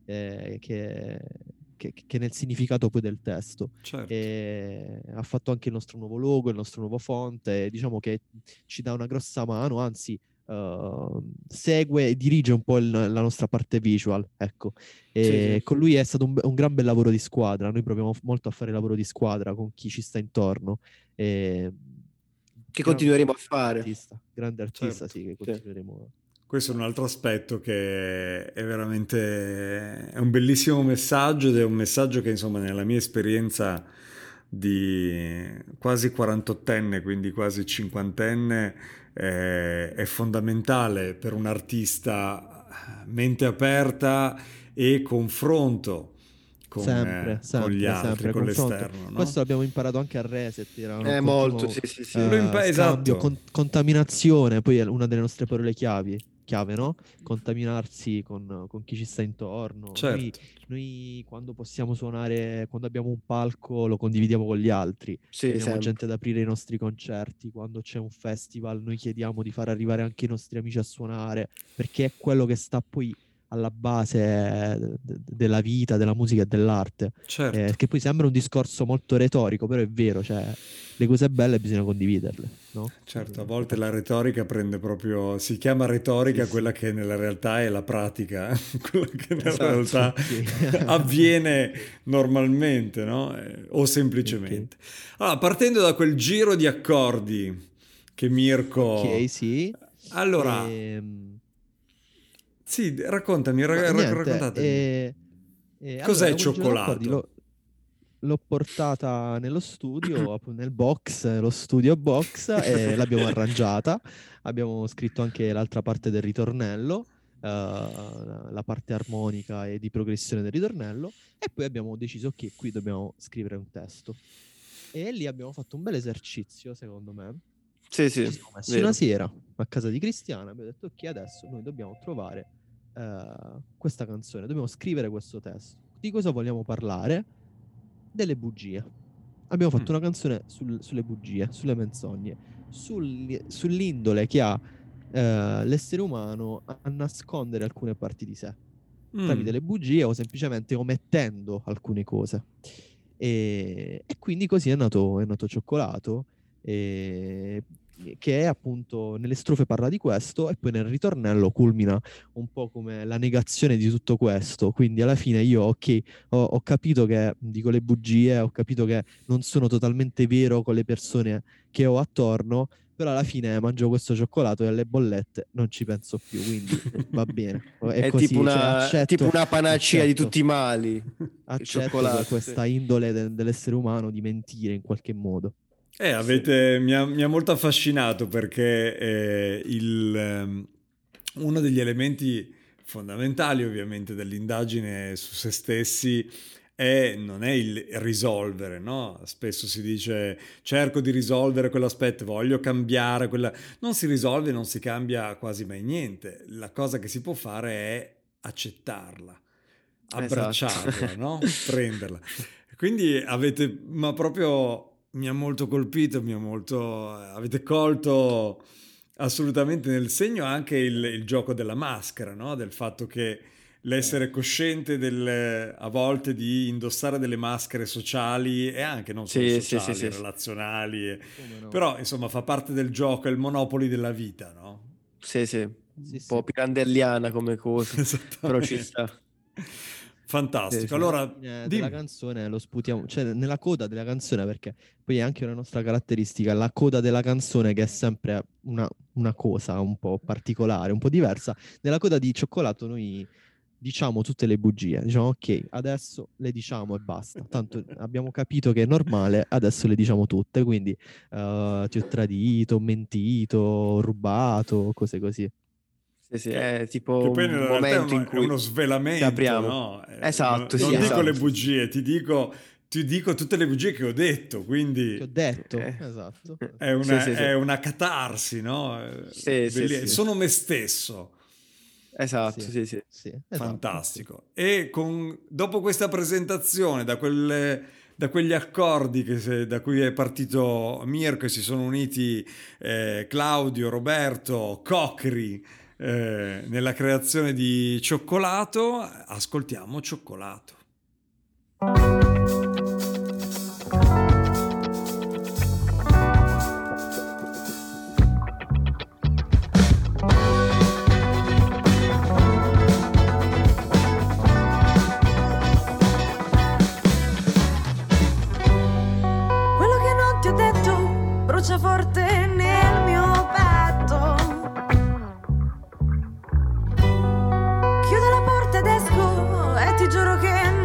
che nel significato poi del testo. Certo. E ha fatto anche il nostro nuovo logo, il nostro nuovo font, e diciamo che ci dà una grossa mano, anzi segue e dirige un po' la nostra parte visual, ecco. E Sì. con lui è stato un gran bel lavoro di squadra. Noi proviamo molto a fare lavoro di squadra con chi ci sta intorno. Che continueremo a fare. Grande artista, Certo. sì, che continueremo. Questo è un altro aspetto che è veramente un bellissimo messaggio, ed è un messaggio che, insomma, nella mia esperienza di quasi 48enne, quindi quasi 50enne, è fondamentale per un artista. Mente aperta e confronto con gli altri, con l'esterno, no? Questo l'abbiamo imparato anche a Reset, era molto, sì. scambio, esatto. Contaminazione, poi è una delle nostre parole chiave, no? Contaminarsi con chi ci sta intorno. Certo. Noi quando possiamo suonare, quando abbiamo un palco, lo condividiamo con gli altri. Chiediamo gente ad aprire i nostri concerti. Quando c'è un festival, noi chiediamo di far arrivare anche i nostri amici a suonare, perché è quello che sta poi alla base della vita, della musica e dell'arte. Certo. Che poi sembra un discorso molto retorico, però è vero, cioè le cose belle bisogna condividerle, no? Certo, a volte la retorica si chiama retorica quella che nella realtà è la pratica, quella che nella realtà avviene normalmente, no? O semplicemente. Allora, partendo da quel giro di accordi che Mirko... Ok, sì. Allora... Sì, raccontatemi. Cos'è il cioccolato? L'ho portata nello studio, nel box, lo studio box, e l'abbiamo arrangiata. Abbiamo scritto anche l'altra parte del ritornello, la parte armonica e di progressione del ritornello, e poi abbiamo deciso che qui dobbiamo scrivere un testo. E lì abbiamo fatto un bel esercizio, secondo me. Sì, sì, Ci siamo messi vero. una sera a casa di Cristiana, abbiamo detto ok, adesso noi dobbiamo trovare questa canzone, dobbiamo scrivere questo testo. Di cosa vogliamo parlare? Delle bugie. Abbiamo fatto una canzone sulle bugie, sulle menzogne, sull'indole che ha l'essere umano a nascondere alcune parti di sé tramite le bugie o semplicemente omettendo alcune cose. E quindi così è nato Cioccolato, che è appunto nelle strofe parla di questo e poi nel ritornello culmina un po' come la negazione di tutto questo. Quindi alla fine io ho capito che dico le bugie, ho capito che non sono totalmente vero con le persone che ho attorno, però alla fine mangio questo cioccolato e alle bollette non ci penso più, quindi va bene. È così, tipo una, accetto, tipo una panacea di accetto. tutti i mali. Il Accetto cioccolato, questa indole dell'essere umano di mentire in qualche modo. Mi ha molto affascinato perché uno degli elementi fondamentali ovviamente dell'indagine su se stessi non è il risolvere, no? Spesso si dice cerco di risolvere quell'aspetto, voglio cambiare quella... Non si risolve, non si cambia quasi mai niente. La cosa che si può fare è accettarla, abbracciarla, Esatto. no? Prenderla. Quindi ma proprio mi ha molto colpito, avete colto assolutamente nel segno anche il gioco della maschera, no? Del fatto che l'essere cosciente a volte di indossare delle maschere sociali e anche non solo Sì, sociali, sì. relazionali, Come no? però insomma fa parte del gioco, è il Monopoli della vita, no? Sì, Sì, un po' pirandelliana come cosa, però ci sta. Fantastico. Sì. Allora, alla fine dimmi. della canzone lo sputiamo, cioè nella coda della canzone, perché poi è anche una nostra caratteristica, la coda della canzone che è sempre una cosa un po' particolare, un po' diversa. Nella coda di Cioccolato noi diciamo tutte le bugie, diciamo ok, adesso le diciamo e basta, tanto abbiamo capito che è normale, adesso le diciamo tutte, quindi ti ho tradito, ho mentito, ho rubato, cose così. Sì, è tipo Che poi un in realtà momento in è cui uno ci svelamento, apriamo. no? Esatto, Non sì, dico esatto. le bugie, ti dico tutte le bugie che ho detto, quindi Che ho detto, Eh. esatto. Sì. è una catarsi, no? Sì. Sono me stesso. Esatto, sì. Sì, esatto, Fantastico. E dopo questa presentazione, da quegli accordi da cui è partito Mirko e si sono uniti Claudio, Roberto, Cocri nella creazione di Cioccolato, ascoltiamo Cioccolato. Quello che non ti ho detto brucia forte nel mio petto. Chiudo la porta ed esco e ti giuro che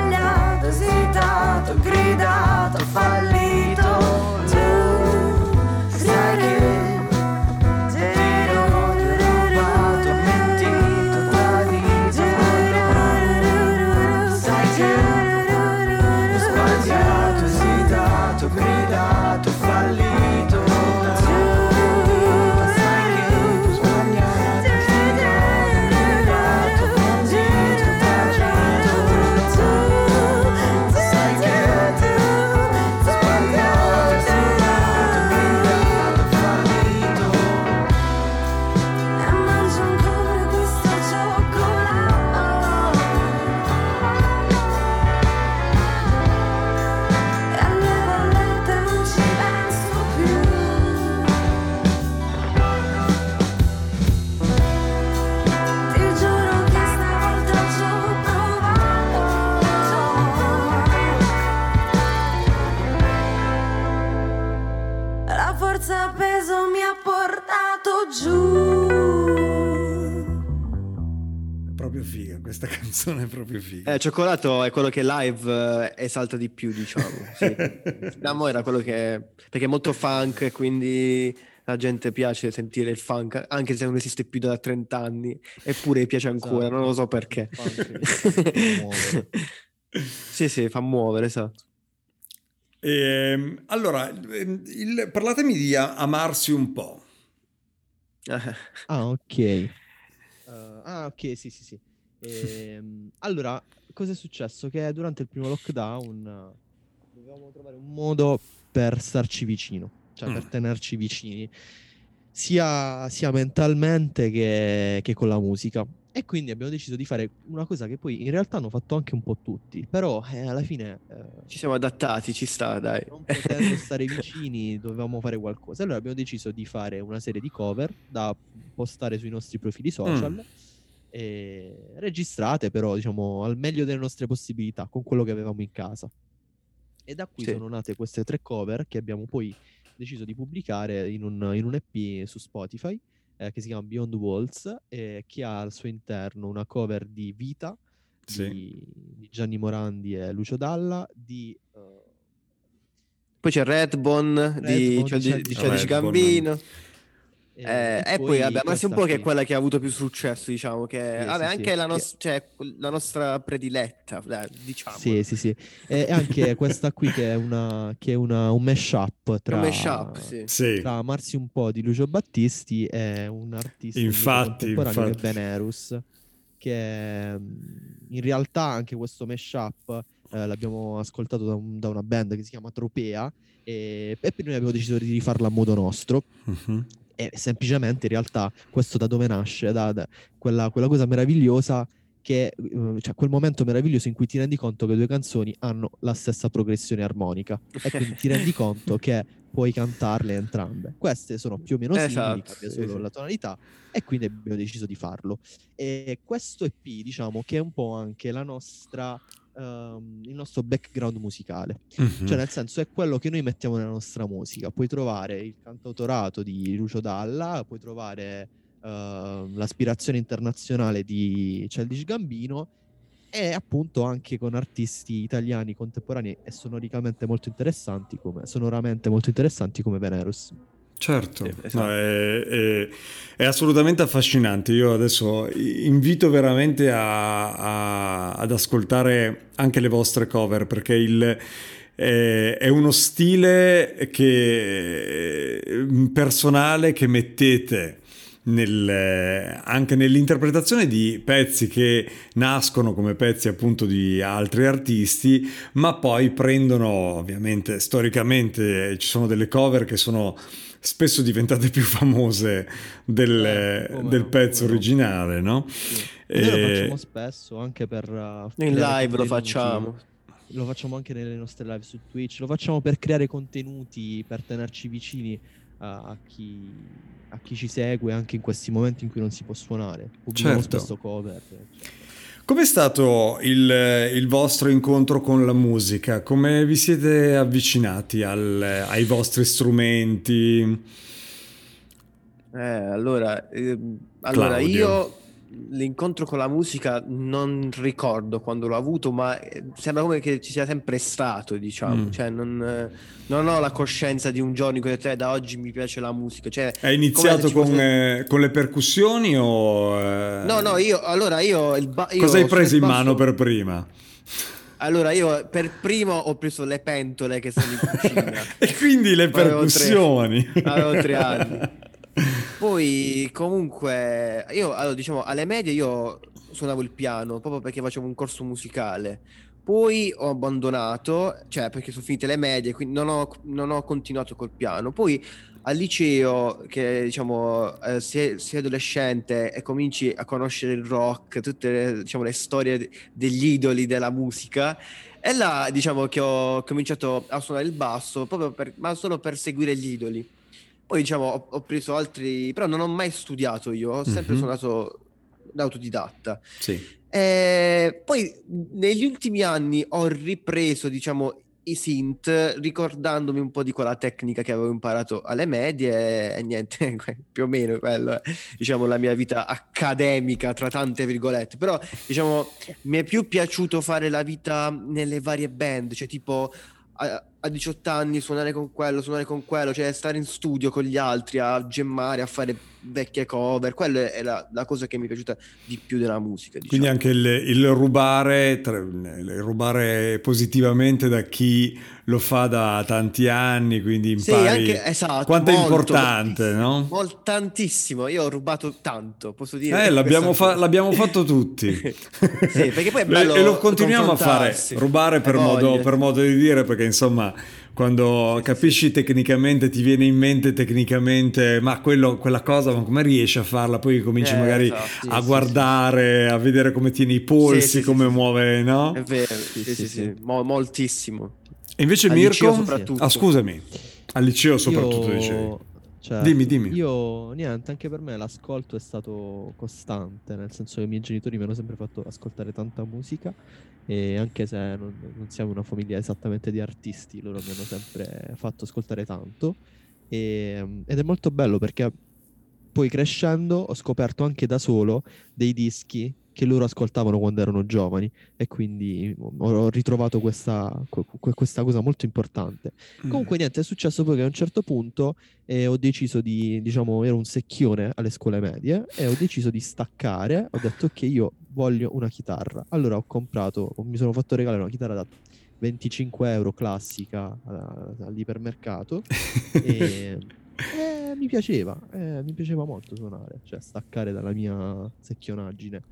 sbagliato, esitato, gridato, fallito. Tu sai che ti ho rubato, mentito, tradito, sai che ho sbagliato, esitato, gridato, fallito. Questa canzone è proprio figa. Cioccolato è quello che live esalta di più, diciamo. Sì. Damo era quello che... perché è molto funk, quindi la gente piace sentire il funk, anche se non esiste più da 30 anni, eppure piace ancora, non lo so perché. Sì, fa muovere, esatto. Allora, parlatemi di Amarsi un po'. Ok. Ok, sì. Allora, cosa è successo? Che durante il primo lockdown dovevamo trovare un modo per starci vicino, cioè per tenerci vicini, sia mentalmente che con la musica. E quindi abbiamo deciso di fare una cosa che poi in realtà hanno fatto anche un po' tutti, però alla fine ci siamo adattati, ci sta, dai. Non potendo stare vicini dovevamo fare qualcosa. Allora abbiamo deciso di fare una serie di cover da postare sui nostri profili social, registrate però diciamo al meglio delle nostre possibilità con quello che avevamo in casa. E da qui sono nate queste 3 cover che abbiamo poi deciso di pubblicare in un EP su Spotify, che si chiama Beyond Walls, che ha al suo interno una cover di Vita di Gianni Morandi e Lucio Dalla, poi c'è Redbone di Childish Gambino. E poi vabbè, Amarsi un po' che è quella che ha avuto più successo, diciamo, che anche la nostra prediletta, diciamo. Sì. E anche questa qui che è un mashup tra Amarsi un po' di Lucio Battisti e un artista contemporaneo che è Venerus, che in realtà anche questo mashup l'abbiamo ascoltato da una band che si chiama Tropea, e poi noi abbiamo deciso di rifarla a modo nostro. E semplicemente in realtà questo da dove nasce? Da quella cosa meravigliosa che cioè quel momento meraviglioso in cui ti rendi conto che 2 canzoni hanno la stessa progressione armonica e quindi ti rendi conto che puoi cantarle entrambe. Queste sono più o meno simili, cambia solo la tonalità, e quindi abbiamo deciso di farlo. E questo EP, diciamo che è un po' anche la nostra il nostro background musicale, cioè nel senso è quello che noi mettiamo nella nostra musica. Puoi trovare il cantautorato di Lucio Dalla, puoi trovare l'aspirazione internazionale di Childish Gambino, e appunto anche con artisti italiani contemporanei e sonoramente molto interessanti come Venerus. Certo, esatto. No, è assolutamente affascinante. Io adesso invito veramente ad ascoltare anche le vostre cover, perché è uno stile personale che mettete anche nell'interpretazione di pezzi che nascono come pezzi appunto di altri artisti, ma poi prendono, ovviamente storicamente ci sono delle cover che sono spesso diventate più famose del pezzo originale, no? Sì. Noi lo facciamo spesso anche per in live, lo facciamo anche nelle nostre live su Twitch, lo facciamo per creare contenuti, per tenerci vicini a chi ci segue anche in questi momenti in cui non si può suonare. Pubblichiamo spesso cover, eccetera. Com'è stato il vostro incontro con la musica? Come vi siete avvicinati ai vostri strumenti? Allora io l'incontro con la musica non ricordo quando l'ho avuto, ma sembra come che ci sia sempre stato, diciamo. Cioè non ho la coscienza di un giorno in cui ho detto, da oggi mi piace la musica. Cioè, Hai iniziato come se ci fosse- con le percussioni o... No, io Cosa hai preso in sul mano basso- per prima? Allora, io per primo ho preso le pentole che stanno in cucina. E quindi le Avevo percussioni. avevo 3 anni. Poi comunque allora, diciamo alle medie io suonavo il piano proprio perché facevo un corso musicale. Poi ho abbandonato, cioè perché sono finite le medie, quindi non ho continuato col piano. Poi al liceo, che diciamo sei adolescente e cominci a conoscere il rock, tutte diciamo, le storie degli idoli della musica, e là diciamo che ho cominciato a suonare il basso proprio ma solo per seguire gli idoli. Poi diciamo ho preso altri, però non ho mai studiato io, ho sempre suonato da autodidatta. Sì. E poi negli ultimi anni ho ripreso diciamo i synth, ricordandomi un po' di quella tecnica che avevo imparato alle medie e niente, più o meno quello è diciamo la mia vita accademica tra tante virgolette. Però diciamo mi è più piaciuto fare la vita nelle varie band, cioè tipo a 18 anni suonare con quello, cioè stare in studio con gli altri a gemmare, a fare vecchie cover. Quella è la cosa che mi è piaciuta di più della musica, diciamo. Quindi anche il rubare positivamente da chi lo fa da tanti anni, quindi impari Sì, anche, esatto, quanto è molto, importante, no? Tantissimo, io ho rubato tanto, posso dire. L'abbiamo Questa- fatto tutti. Sì, perché poi è bello E lo continuiamo a fare, confrontarsi. rubare per modo di dire, perché insomma quando capisci tecnicamente, ti viene in mente tecnicamente, ma quella cosa, ma come riesci a farla? Poi cominci magari esatto, a guardare, a vedere come tiene i polsi, come muove, no? È vero, sì. Moltissimo. E invece Al Mirko, liceo soprattutto. scusami, al liceo soprattutto dicevi. Certo. Dimmi. Io niente, anche per me l'ascolto è stato costante, nel senso che i miei genitori mi hanno sempre fatto ascoltare tanta musica, e anche se non siamo una famiglia esattamente di artisti, loro mi hanno sempre fatto ascoltare tanto, ed è molto bello perché poi crescendo ho scoperto anche da solo dei dischi che loro ascoltavano quando erano giovani, e quindi ho ritrovato questa cosa molto importante. Comunque niente, è successo poi che a un certo punto ho deciso diciamo, ero un secchione alle scuole medie e ho deciso di staccare, ho detto ok, io voglio una chitarra. Allora mi sono fatto regalare una chitarra da 25 euro classica all'ipermercato e mi piaceva molto suonare, cioè staccare dalla mia secchionaggine.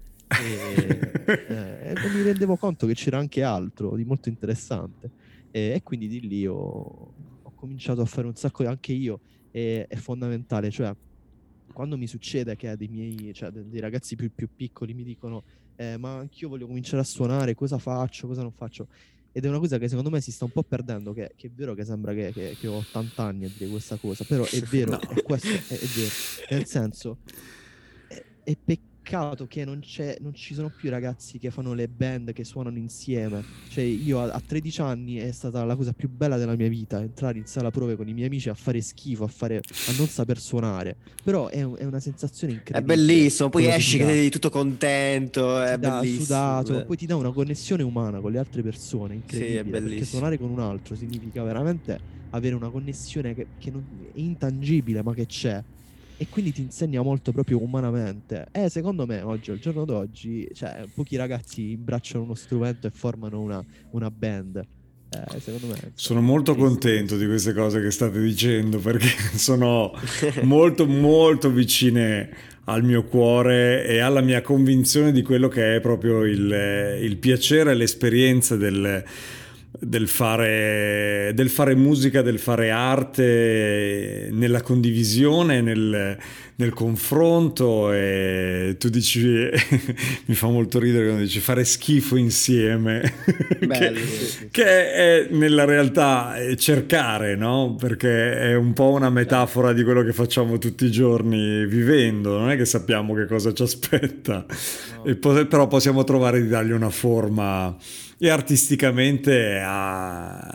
E mi rendevo conto che c'era anche altro di molto interessante, e quindi di lì ho cominciato a fare un sacco, anche io è fondamentale, cioè quando mi succede che dei ragazzi più piccoli mi dicono ma anch'io voglio cominciare a suonare, cosa faccio, cosa non faccio, ed è una cosa che secondo me si sta un po' perdendo, che è vero che sembra che ho 80 anni a dire questa cosa, però è vero, No. questo è vero, nel senso è peccato che non ci sono più ragazzi che fanno le band, che suonano insieme. Cioè io a 13 anni è stata la cosa più bella della mia vita, entrare in sala prove con i miei amici a fare schifo, a non saper suonare, però è una sensazione È incredibile. bellissimo, poi quello che esci ti che dà. sei tutto contento, è Ti dà bellissimo. sudato, poi ti dà una connessione umana con le altre persone, incredibile, perché bellissimo. suonare con un altro significa veramente avere una connessione che è intangibile, ma che c'è, e quindi ti insegna molto proprio umanamente. E secondo me oggi, al giorno d'oggi, cioè, pochi ragazzi imbracciano uno strumento e formano una band. Secondo me Sono molto contento di queste cose che state dicendo, perché sono molto molto vicine al mio cuore e alla mia convinzione di quello che è proprio il piacere e l'esperienza del fare musica, del fare arte, nella condivisione, nel confronto. E tu dici mi fa molto ridere quando dici fare schifo insieme. Bello, che è nella realtà cercare, no? Perché è un po' una metafora di quello che facciamo tutti i giorni vivendo, non è che sappiamo che cosa ci aspetta, però possiamo trovare di dargli una forma, e artisticamente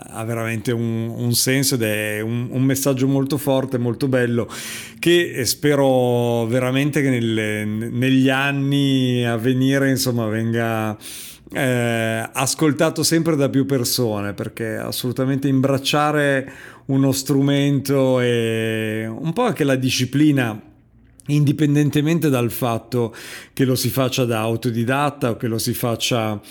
ha veramente un senso ed è un messaggio molto forte, molto bello, che spero veramente che negli anni a venire, insomma, venga ascoltato sempre da più persone, perché assolutamente imbracciare uno strumento e un po' anche la disciplina, indipendentemente dal fatto che lo si faccia da autodidatta o che lo si faccia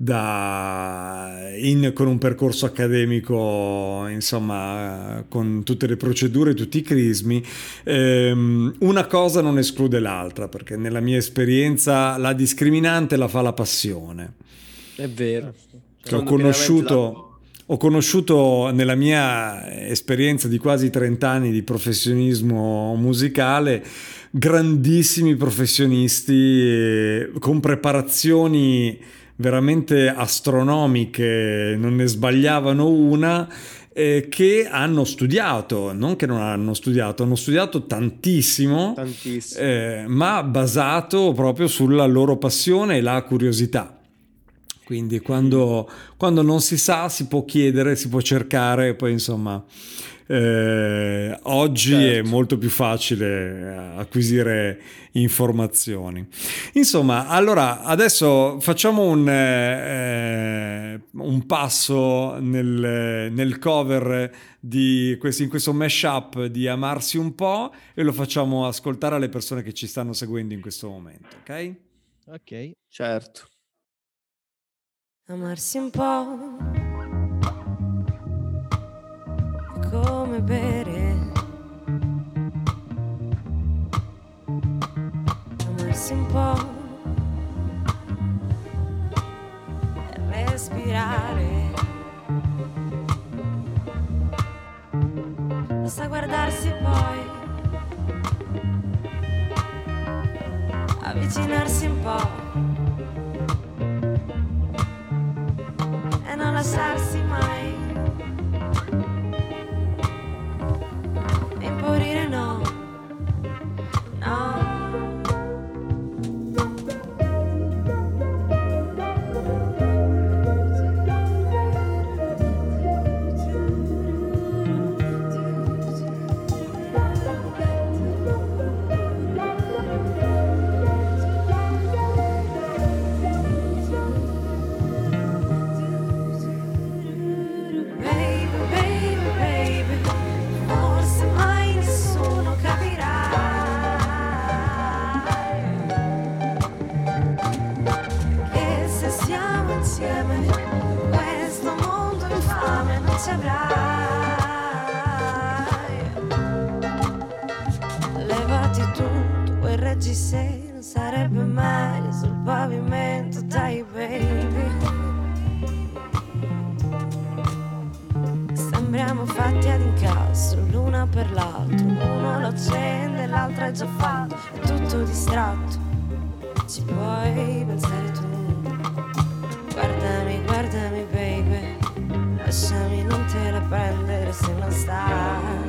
con un percorso accademico, insomma, con tutte le procedure, tutti i crismi, una cosa non esclude l'altra, perché nella mia esperienza la discriminante la fa la passione. È vero. Che ho conosciuto nella mia esperienza di quasi 30 anni di professionismo musicale grandissimi professionisti con preparazioni veramente astronomiche, non ne sbagliavano una, che hanno studiato, non che non hanno studiato tantissimo, ma basato proprio sulla loro passione e la curiosità. Quindi quando non si sa si può chiedere, si può cercare, poi insomma oggi è molto più facile acquisire informazioni. Insomma, allora adesso facciamo un passo nel cover in questo mashup di Amarsi un po', e lo facciamo ascoltare alle persone che ci stanno seguendo in questo momento, ok? Ok. Certo. Amarsi un po' è come bere, amarsi un po' è respirare, basta guardarsi poi, avvicinarsi un po' e non lasciarsi mai imporire, no, no. Levati tutto e reggi se non sarebbe meglio sul pavimento, dai baby. Sembriamo fatti ad incastro, l'una per l'altro, uno lo accende, l'altro è già fatto, è tutto distratto, ci puoi pensare tu. Guardami, guardami baby, lasciami non te la prendere se non stai.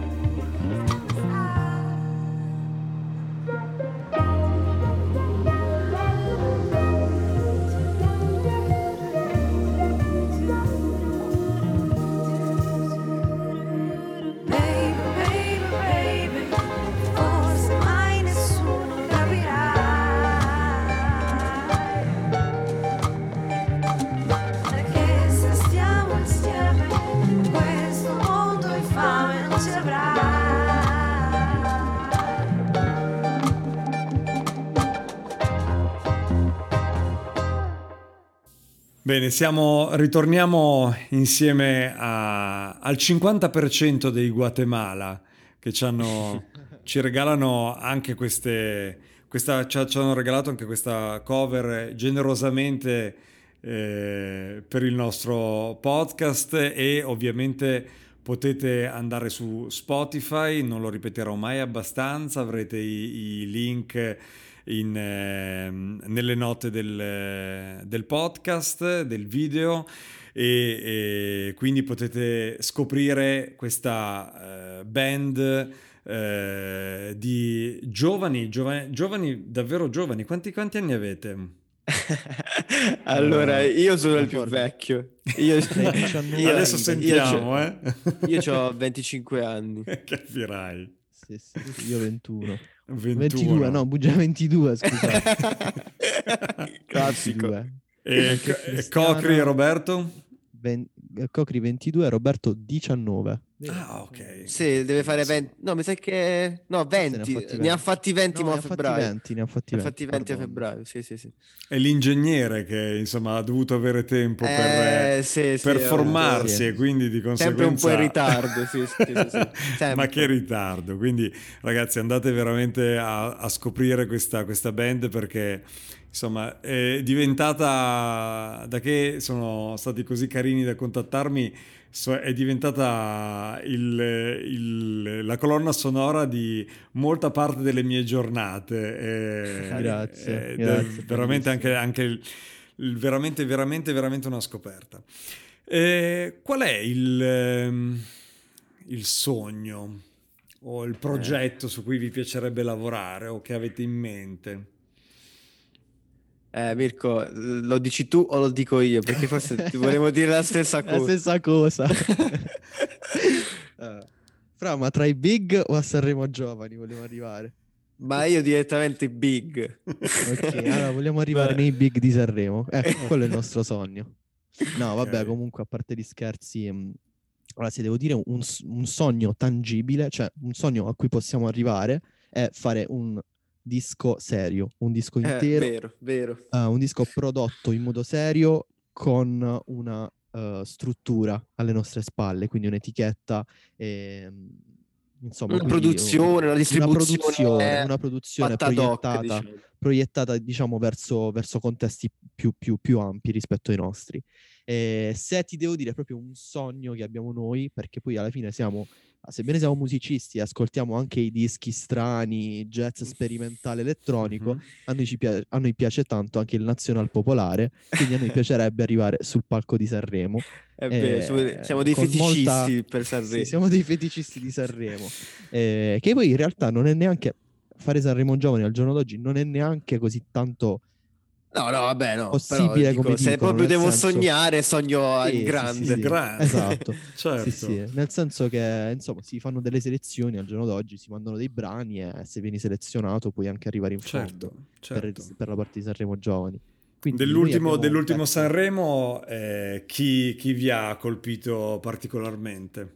Bene, ritorniamo insieme al 50% dei Guatemala che ci regalano anche ci hanno regalato anche questa cover generosamente per il nostro podcast, e ovviamente potete andare su Spotify, non lo ripeterò mai abbastanza, avrete i link nelle note del podcast, del video, e quindi potete scoprire questa band di giovani, davvero giovani. Quanti anni avete? Allora, io sono il più d'accordo. vecchio. Io, Sei 19 io- Adesso anni, sentiamo, io ho 25 anni. Capirai. Sì, io 21. 21. no, già 22, scusate. Classico. 22. E, Anche e Cristiana- Cocri e Roberto? Cocri 22, Roberto 19. Ah, ok. Sì, deve fare 20. No, mi sa che... No, Forse 20. Ne ha fatti 20 No, mo ne a ha fatti febbraio. 20, ne ha fatti Ne ha 20. fatti 20 a pardon. febbraio, sì. È l'ingegnere che insomma ha dovuto avere tempo per Sì, per formarsi sì. e quindi di Sempre un po' conseguenza in ritardo, sì. Ma Sempre. che ritardo, quindi ragazzi andate veramente a scoprire questa band perché insomma è diventata, da che sono stati così carini da contattarmi, è diventata la colonna sonora di molta parte delle mie giornate. Grazie, ed è veramente bellissimo. anche veramente, veramente, veramente una scoperta. Qual è il sogno o il progetto su cui vi piacerebbe lavorare o che avete in mente? Mirko, lo dici tu o lo dico io? Perché forse ti volevo dire la stessa cosa. La stessa cosa. Fra, ma tra i big o a Sanremo Giovani vogliamo arrivare? Ma io direttamente big. Ok, allora vogliamo arrivare Beh. nei big di Sanremo. Ecco, quello è il nostro sogno. No, vabbè, Ok. comunque a parte gli scherzi, allora se devo dire un sogno tangibile, cioè un sogno a cui possiamo arrivare è fare un disco serio, un disco intero, Vero. un disco prodotto in modo serio con una struttura alle nostre spalle, quindi un'etichetta, insomma, Una quindi produzione, una distribuzione una produzione fatta ad hoc, proiettata, diciamo. proiettata diciamo verso contesti più ampi rispetto ai nostri. Se ti devo dire proprio un sogno che abbiamo noi, perché poi alla fine sebbene siamo musicisti e ascoltiamo anche i dischi strani, jazz sperimentale elettronico, Mhm. a noi piace tanto anche il nazional popolare, quindi a noi piacerebbe arrivare sul palco di Sanremo. È vero, siamo dei con feticisti per Sanremo. Sì, siamo dei feticisti di Sanremo. Che poi in realtà non è neanche fare Sanremo Giovani al giorno d'oggi non è neanche così tanto No, vabbè, no. possibile, Però, come se dicono, proprio nel devo senso- sognare, sogno Sì, in grande. In grande. Esatto. Certo. Sì, nel senso che insomma si fanno delle selezioni al giorno d'oggi, si mandano dei brani e se vieni selezionato puoi anche arrivare in fondo Certo. per la parte di Sanremo Giovani. Quindi noi Dell'ultimo abbiamo detto- Sanremo, chi vi ha colpito particolarmente?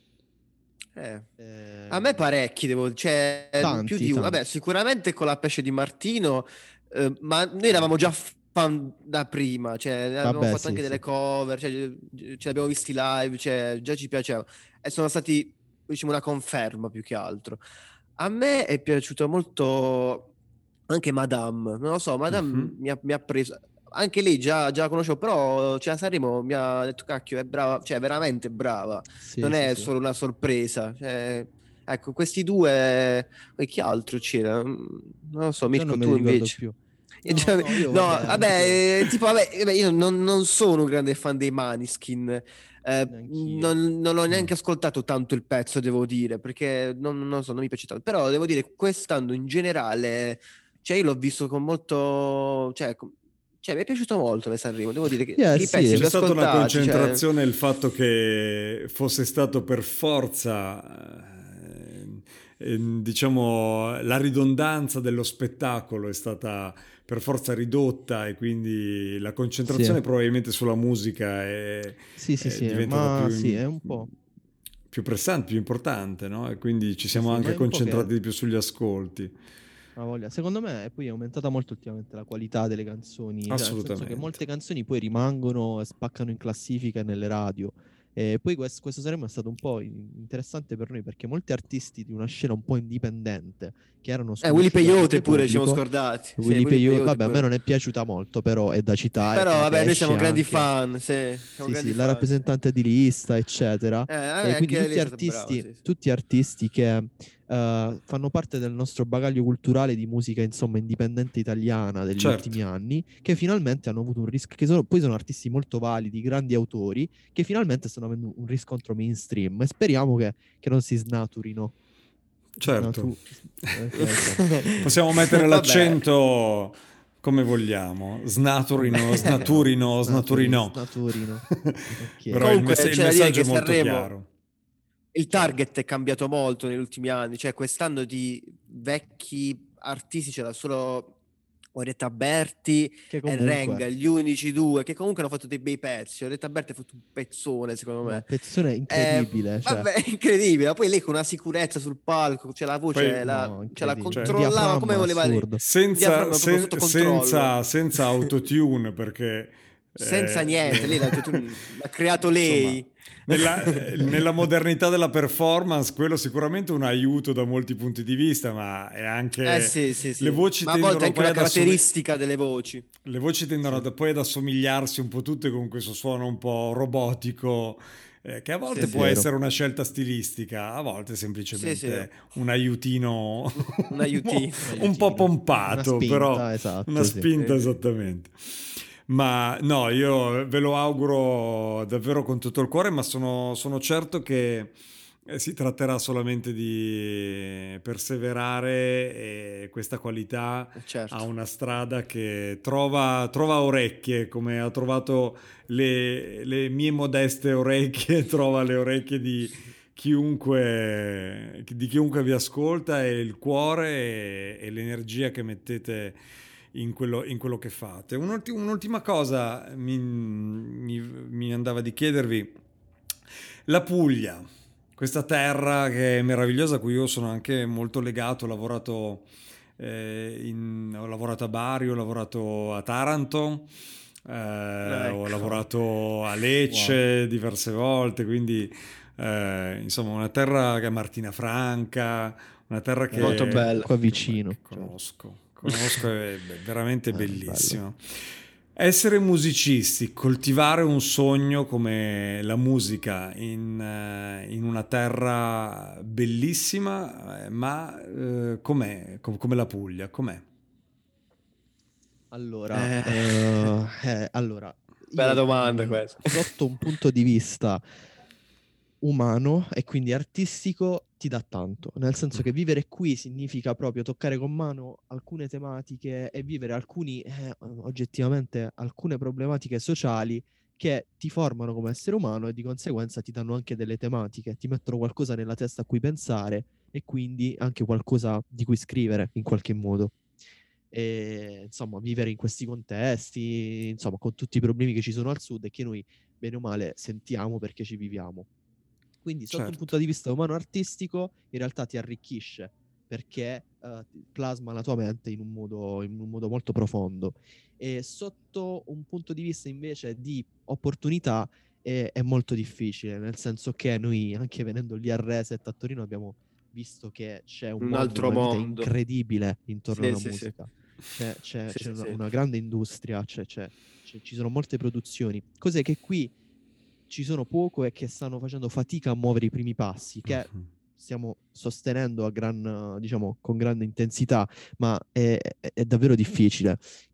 A me parecchi, cioè Tanti, più di uno. tanti. Vabbè, sicuramente con la pesce di Martino, ma noi eravamo già fan da prima, cioè abbiamo Vabbè, fatto sì, anche delle sì. cover, cioè, ce l'abbiamo visti live, cioè già ci piaceva. E sono stati, diciamo, una conferma più che altro. A me è piaciuto molto anche Madame, non lo so, Madame Mhm. mi ha preso. Anche lei già la conoscevo, però cioè, a Sanremo mi ha detto cacchio, è brava, cioè veramente brava. Sì, Non sì, è sì. solo una sorpresa. Cioè, ecco, questi due. E chi altro c'era? Non lo so, Già Mirko, non me tu ne ricordo invece. più. No, No, vabbè, vabbè, tipo, vabbè, io non sono un grande fan dei Maneskin. Neanch'io. Non ho neanche ascoltato tanto il pezzo, devo dire, perché non so, non mi piace tanto. Però devo dire, quest'anno in generale, cioè io l'ho visto con molto. Cioè, mi è piaciuto molto Sanremo, devo dire che i sì. pezzi C'è che ho stata una ascoltati, cioè, concentrazione, il fatto che fosse stato per forza, diciamo, la ridondanza dello spettacolo è stata per forza ridotta e quindi la concentrazione Sì. probabilmente sulla musica è diventata ma sì, è un po'. più pressante, più importante, no? E quindi ci siamo Sì, ma anche è un po' concentrati che- di più sugli ascolti. Ha voglia. Secondo me poi è aumentata molto ultimamente la qualità delle canzoni, cioè, nel senso che Assolutamente. molte canzoni poi rimangono e spaccano in classifica e nelle radio. E poi questo Sanremo è stato un po' interessante per noi perché molti artisti di una scena un po' indipendente che erano Willy sconosciuti al Peyote grande pure ci siamo pubblico, scordati. Sì, Willy Willy Peyote, Peyote vabbè, a me pure. non è piaciuta molto, però è da citare. Però vabbè, noi Pesce siamo grandi anche. fan, sì, siamo Sì, grandi sì, la fan, rappresentante di lista, eccetera. E anche quindi lei è stata brava, sì. tutti artisti che fanno parte del nostro bagaglio culturale di musica, insomma, indipendente italiana degli Certo. ultimi anni, che finalmente hanno avuto un poi sono artisti molto validi, grandi autori, che finalmente stanno avendo un riscontro mainstream e speriamo che non si snaturino. Certo. Ok. Possiamo mettere Vabbè. l'accento come vogliamo, snaturino, snaturino, snaturino. Snaturino. Ok. Però il Comunque, il c'è da dire messaggio è che molto Sanremo- chiaro. Il target è cambiato molto negli ultimi anni, cioè quest'anno di vecchi artisti c'era solo Orietta Berti Che e comunque, Renga, gli unici due che comunque hanno fatto dei bei pezzi. Orietta Berti ha fatto un pezzone, secondo una me. pezzone incredibile, cioè, Vabbè, incredibile. Poi lei con una sicurezza sul palco, c'è la voce, Poi- ce la incredibile. controllava Diaframma come voleva lei. assurdo. Senza, Diaframma proprio sotto controllo. senza autotune, perché Senza niente, lei l'ha creato lei. nella modernità della performance, quello sicuramente è un aiuto da molti punti di vista, ma è anche Sì. le voci Ma a volte tendono è anche poi una ad caratteristica delle voci. le voci tendono poi ad assomigliarsi un po' tutte con questo suono un po' robotico, che a volte Sì, può vero. essere una scelta stilistica, a volte semplicemente un aiutino, Un aiutino. un po' pompato, Una spinta, però esatto, una sì. spinta Sì. esattamente. Ma no, io ve lo auguro davvero con tutto il cuore, ma sono certo che si tratterà solamente di perseverare e questa qualità Certo. ha una strada che trova orecchie, come ha trovato le mie modeste orecchie, trova le orecchie di chiunque vi ascolta, e il cuore e l'energia che mettete in quello che fate. Un'ultima cosa mi andava di chiedervi. La Puglia, questa terra che è meravigliosa, a cui io sono anche molto legato, ho lavorato a Bari, ho lavorato a Taranto, ho Ecco. lavorato a Lecce diverse volte, quindi insomma una terra che è Martina Franca, una terra che Molto bella. Qua vicino. che conosco, è veramente Bello. bellissimo. Essere musicisti, coltivare un sogno come la musica in una terra bellissima, ma com'è? Come la Puglia, com'è? Allora, allora, Bella io, domanda questa. sotto un punto di vista umano e quindi artistico ti dà tanto, nel senso che vivere qui significa proprio toccare con mano alcune tematiche e vivere oggettivamente alcune problematiche sociali che ti formano come essere umano e di conseguenza ti danno anche delle tematiche, ti mettono qualcosa nella testa a cui pensare e quindi anche qualcosa di cui scrivere in qualche modo. E insomma, vivere in questi contesti, insomma, con tutti i problemi che ci sono al sud e che noi bene o male sentiamo perché ci viviamo. Quindi sotto un Certo. punto di vista umano-artistico in realtà ti arricchisce perché plasma la tua mente in un modo molto profondo. E sotto un punto di vista invece di opportunità è molto difficile, nel senso che noi, anche venendo lì a Reset a Torino, abbiamo visto che c'è un altro una vita mondo. incredibile intorno Sì, alla sì, sì. musica. C'è Sì, sì. una grande industria, ci sono molte produzioni, cose che qui ci sono poco e che stanno facendo fatica a muovere i primi passi, che Mhm. stiamo sostenendo con grande intensità, ma è davvero difficile.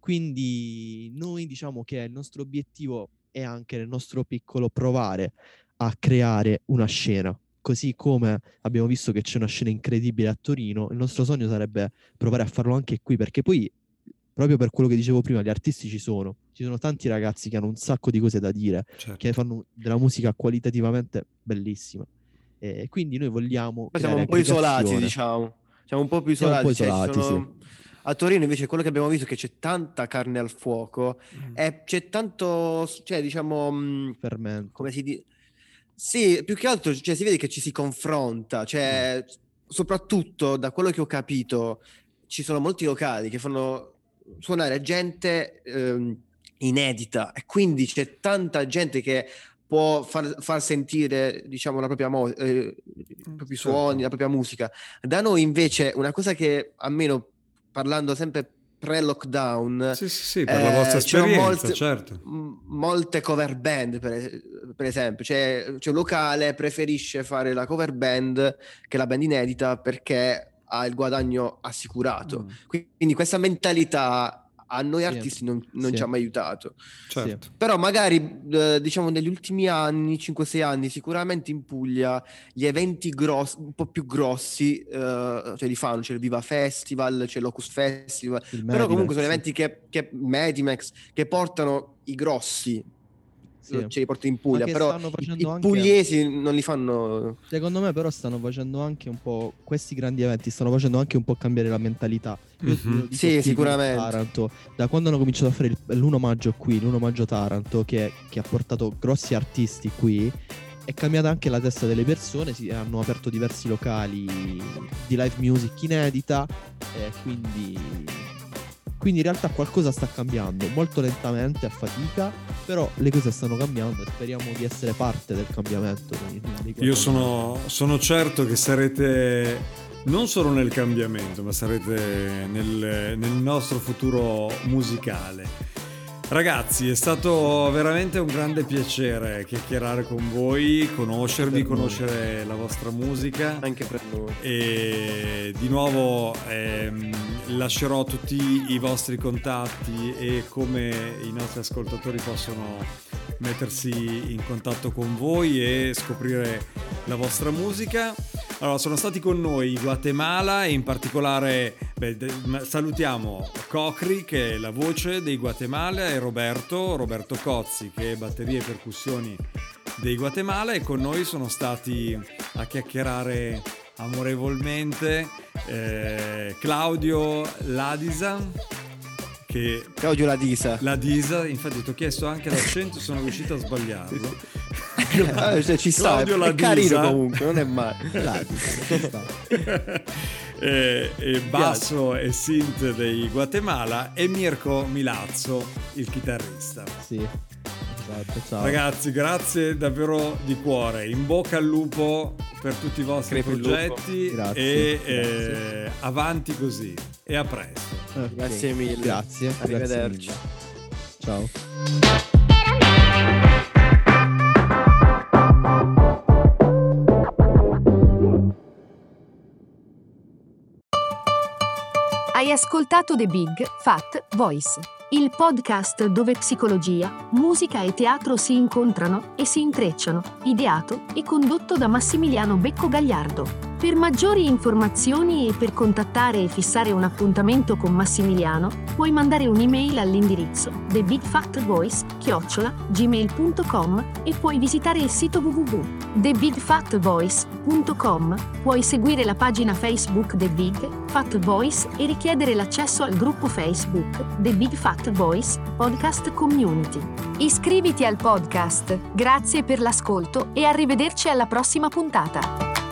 Quindi noi diciamo che il nostro obiettivo è anche nel nostro piccolo provare a creare una scena. Così come abbiamo visto che c'è una scena incredibile a Torino, il nostro sogno sarebbe provare a farlo anche qui, perché poi, proprio per quello che dicevo prima, gli artisti ci sono tanti ragazzi che hanno un sacco di cose da dire, Certo. che fanno della musica qualitativamente bellissima. E quindi noi vogliamo Poi siamo creare un po' isolati, aggregazione. diciamo. Siamo un po' più Siamo un isolati. po' cioè, ci isolati, sono- A Torino invece quello che abbiamo visto è che c'è tanta carne al fuoco e c'è tanto, cioè diciamo, Fermento. come si dice? Sì, più che altro cioè, si vede che ci si confronta, cioè soprattutto da quello che ho capito ci sono molti locali che fanno suonare gente inedita e quindi c'è tanta gente che può far sentire, diciamo, la propria i propri suoni, Certo. la propria musica. Da noi invece una cosa che almeno parlando sempre pre-lockdown Sì, per la vostra c'erano esperienza, certo. molte cover band per esempio, c'è un locale preferisce fare la cover band che la band inedita perché ha il guadagno assicurato. Quindi questa mentalità a noi Sì, artisti non sì. ci ha mai aiutato. Certo. Però magari diciamo negli ultimi anni, 5-6 anni, sicuramente in Puglia gli eventi grossi, un po' più grossi, cioè li fanno, c'è il Viva Festival, c'è l'Ocus Festival, Il però comunque sono Medimex. eventi che Medimex, che portano i grossi, Sì. ce li portano in Ma Puglia, che però stanno i facendo anche... pugliesi non li fanno. Secondo me però stanno facendo anche un po', questi grandi eventi stanno facendo anche un po' cambiare la mentalità. Io Mhm. lo dico Sì, qui sicuramente. con Taranto, da quando hanno cominciato a fare l'1 maggio qui, l'1 maggio Taranto, che ha portato grossi artisti qui, è cambiata anche la testa delle persone, hanno aperto diversi locali di live music inedita, quindi in realtà qualcosa sta cambiando, molto lentamente, a fatica, però le cose stanno cambiando e speriamo di essere parte del cambiamento. Io sono certo che sarete non solo nel cambiamento, ma sarete nel nostro futuro musicale. Ragazzi, è stato veramente un grande piacere chiacchierare con voi, conoscervi, Per noi. conoscere la vostra musica. Anche per noi. E di nuovo lascerò tutti i vostri contatti e come i nostri ascoltatori possono mettersi in contatto con voi e scoprire la vostra musica. Allora, sono stati con noi i Guatemala e in particolare salutiamo Cocri, che è la voce dei Guatemala, e Roberto Cozzi, che è batterie e percussioni dei Guatemala, e con noi sono stati a chiacchierare amorevolmente Claudio Ladisa, Claudio Ladisa, infatti ti ho chiesto anche l'accento, sono riuscito a sbagliarlo. Cioè, ci sta, Claudio è Ladisa. carino comunque, non è male. E basso e synth dei Guatemala, e Mirko Milazzo, il chitarrista. Sì, esatto, ciao. Ragazzi, grazie davvero di cuore, in bocca al lupo per tutti i vostri Crepi il progetti. Grazie, e avanti così, e a presto. Ok, Grazie mille. Grazie. Arrivederci. Grazie mille. Ciao. Hai ascoltato The Big Fat Voice, il podcast dove psicologia, musica e teatro si incontrano e si intrecciano, ideato e condotto da Massimiliano Becco Gagliardo. Per maggiori informazioni e per contattare e fissare un appuntamento con Massimiliano, puoi mandare un'email all'indirizzo thebigfatvoice@gmail.com e puoi visitare il sito www.thebigfatvoice.com. Puoi seguire la pagina Facebook The Big Fat Voice e richiedere l'accesso al gruppo Facebook The Big Fat Voice Podcast Community. Iscriviti al podcast. Grazie per l'ascolto e arrivederci alla prossima puntata.